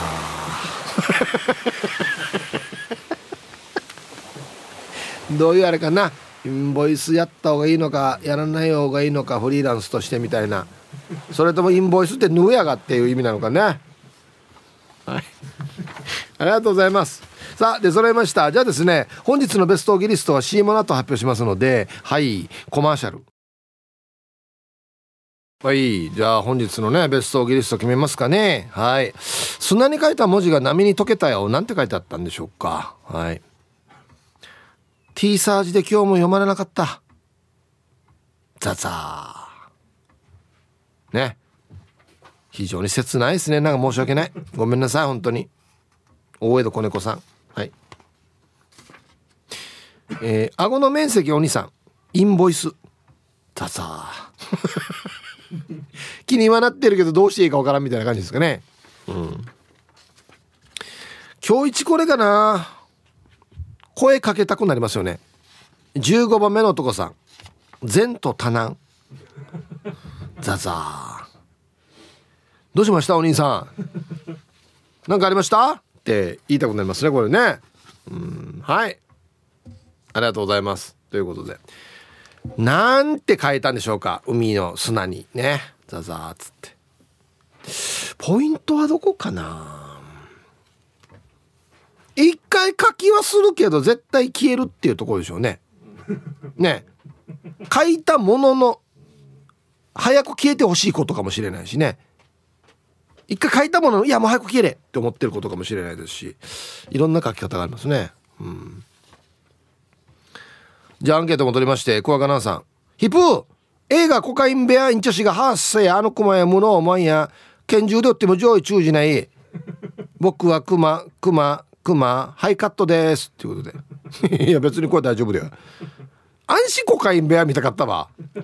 ーどういうあれかな、インボイスやった方がいいのかやらない方がいいのか、フリーランスとしてみたいな、それともインボイスってヌーやがっていう意味なのかね。はい、ありがとうございます。さあ出揃いました。じゃあですね、本日のベストオギリストは シーエム の後発表しますので、はいコマーシャル。はい、じゃあ本日のねベストオギリスト決めますかね。はい、砂に書いた文字が波に溶けたよなんて書いてあったんでしょうか。はい、 T サージで今日も読まれなかった。ザザーね、非常に切ないですね。なんか申し訳ない、ごめんなさい本当に。大江戸子猫さん、はい、えー、顎の面積お兄さん、インボイス。ザザー気にはなってるけどどうしていいかわからんみたいな感じですかね。うん、今日一これかな、声かけたくなりますよね。じゅうごばんめの男さん、善と多難。ザザー。どうしましたお兄さん、なんかありましたって言いたくなりますねこれね。うん、はい、ありがとうございます。ということでなんて書いたんでしょうか、海の砂にね、ザザーっつって。ポイントはどこかな。一回書きはするけど絶対消えるっていうところでしょうね。ね、書いたものの早く消えてほしいことかもしれないしね。一回書いたもののいやもう早く消えれって思ってることかもしれないですし、いろんな書き方がありますね。うん、じゃあアンケート戻りまして、クワガナンさん、ヒプー映画コカインベアインチャシがハッセやあのクマやムノーマンや拳銃で撃っても上位中じない僕はクマクマクマハイカットですっていうことでいや別にこれ大丈夫だよ。安心コカインベア見たかったわ、うん、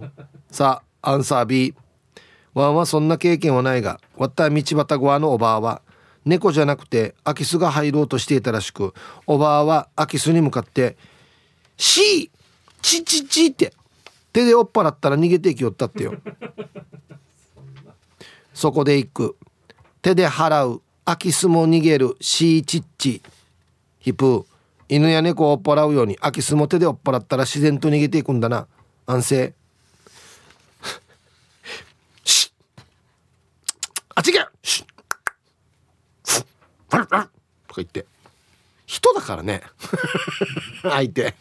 さあアンサー B、 ワンはそんな経験はないが、わった道端側のおばあは猫じゃなくて空き巣が入ろうとしていたらしく、おばあは空き巣に向かってシーチチチって手で追っ払ったら逃げていきよったってよそこで行く手で払う空き巣も逃げるシーチッチヒプー、犬や猫を追っ払うように空き巣も手で追っ払ったら自然と逃げていくんだな。安静シッあっち行けシッとか言って、人だからね相手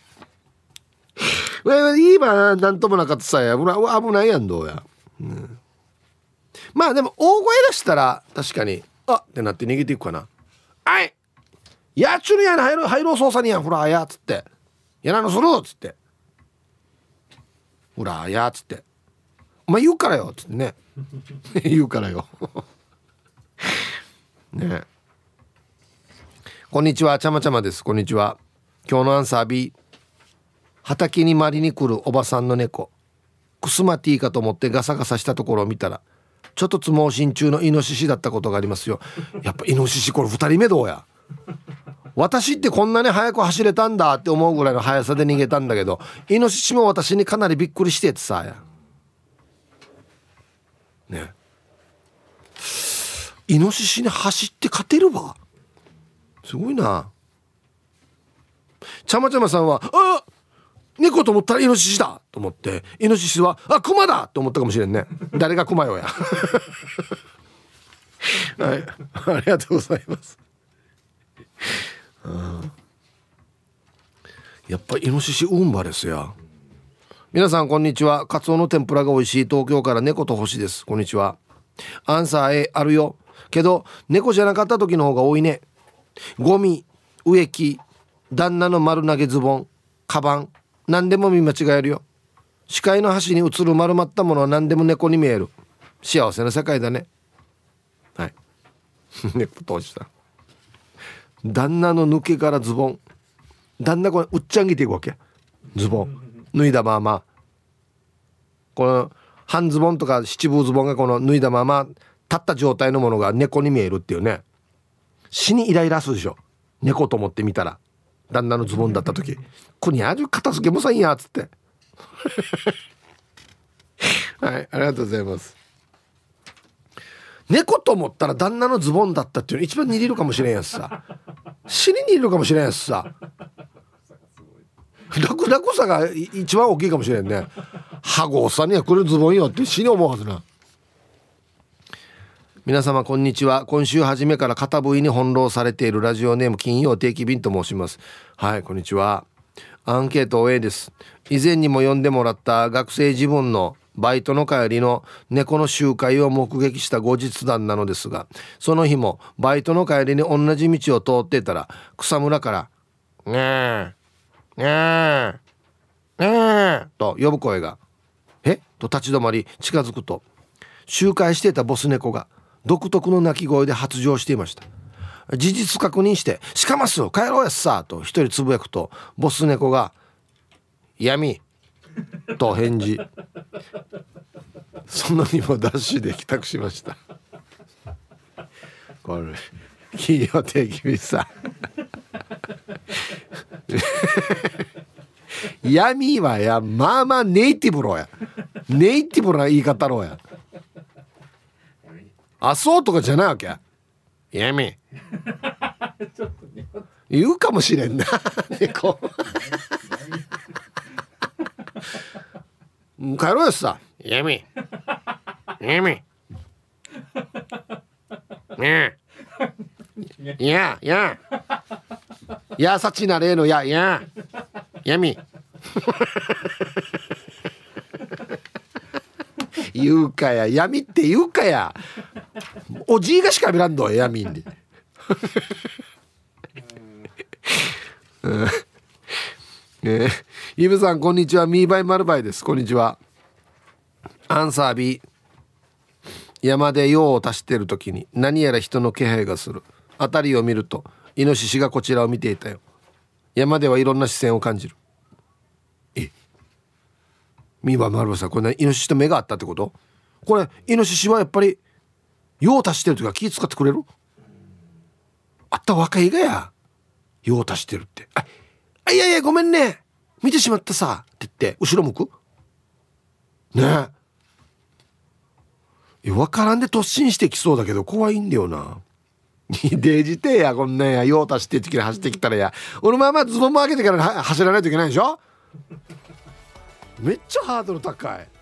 いいわ、なんともなかったさや、危ないやんどうや、うん、まあでも大声出したら確かにあってなって逃げていくかな。あいやっちゅうのやな入ろう入ろう捜査にやほらやっつってやなのするっつってほらやっつってお前言うからよっつってね言うからよね。こんにちは、ちゃまちゃまです。こんにちは。今日のアンサー B、 畑にまりに来るおばさんの猫、クスマティかと思ってガサガサしたところを見たらちょっとつ盲信中のイノシシだったことがありますよ。やっぱイノシシこれふたりめどうや、私ってこんなに速く走れたんだって思うぐらいの速さで逃げたんだけど、イノシシも私にかなりびっくりしてってさやね。イノシシに走って勝てるわ、すごいな。ちゃまちゃまさんはあ猫と思ったらイノシシだと思って、イノシシはあクマだと思ったかもしれんね。誰がクマよやはい、ありがとうございます。やっぱイノシシウンバですや。皆さんこんにちは。カツオの天ぷらが美味しい東京から猫と星です。こんにちは。アンサー A あるよ、けど猫じゃなかった時の方が多いね。ゴミ、植木、旦那の丸投げズボン、カバン、何でも見間違えるよ。視界の端に映る丸まったものは何でも猫に見える。幸せな世界だね。はい猫通した。旦那の抜け殻ズボン、旦那これうっちゃんぎていくわけ。ズボン脱いだまま、この半ズボンとか七分ズボンがこの脱いだまま立った状態のものが猫に見えるっていうね。死にイライラするでしょ、猫と思って見たら旦那のズボンだった時、こにゃじゅ片付けもさんやっつってはい、ありがとうございます。猫と思ったら旦那のズボンだったっていうの一番似てるかもしれんやつさ、死に似てるかもしれんやつさ、楽々さが一番大きいかもしれんね。ハゴさんにはこれズボンよって死に思うはずな。皆様こんにちは。今週初めから片部位に翻弄されているラジオネーム金曜定期便と申します。はい、こんにちは。アンケート オーエー です。以前にも読んでもらった学生自分のバイトの帰りの猫の集会を目撃した後日談なのですが、その日もバイトの帰りに同じ道を通っていたら草むらからねえねえねえと呼ぶ声が、えと立ち止まり近づくと、集会していたボス猫が独特の鳴き声で発情していました。事実確認してしかます帰ろうやっさと一人つぶやくと、ボス猫が闇と返事。その日もダッシュで帰宅しました。これ金曜定期便さ闇はやまあまあネイティブろや、ネイティブな言い方ろや。あそうとかじゃないわけ。闇言うかもしれんな猫帰ろうよさ、闇闇ねえいやいややさちなれのやいや闇言うかや、闇って言うかや、おじいがしか見らんの闇にね、イブさんこんにちは。ミーバイマルバイです。こんにちは。アンサー B。 山で用を足している時に何やら人の気配がする。辺りを見るとイノシシがこちらを見ていたよ。山ではいろんな視線を感じる。えミーバイマルバイさん、これ、ね、イノシシと目があったってこと？これイノシシはやっぱり用を足してる時は気使ってくれる？あった若いがや用を足してるって、ああいやいやごめんね見てしまったさって言って後ろ向くねえ。分からんで突進してきそうだけど怖いんだよな。デジてやこんなんや用足して時に走ってきたらや、俺まあまあズボンも上げてから走らないといけないでしょ。めっちゃハードル高い。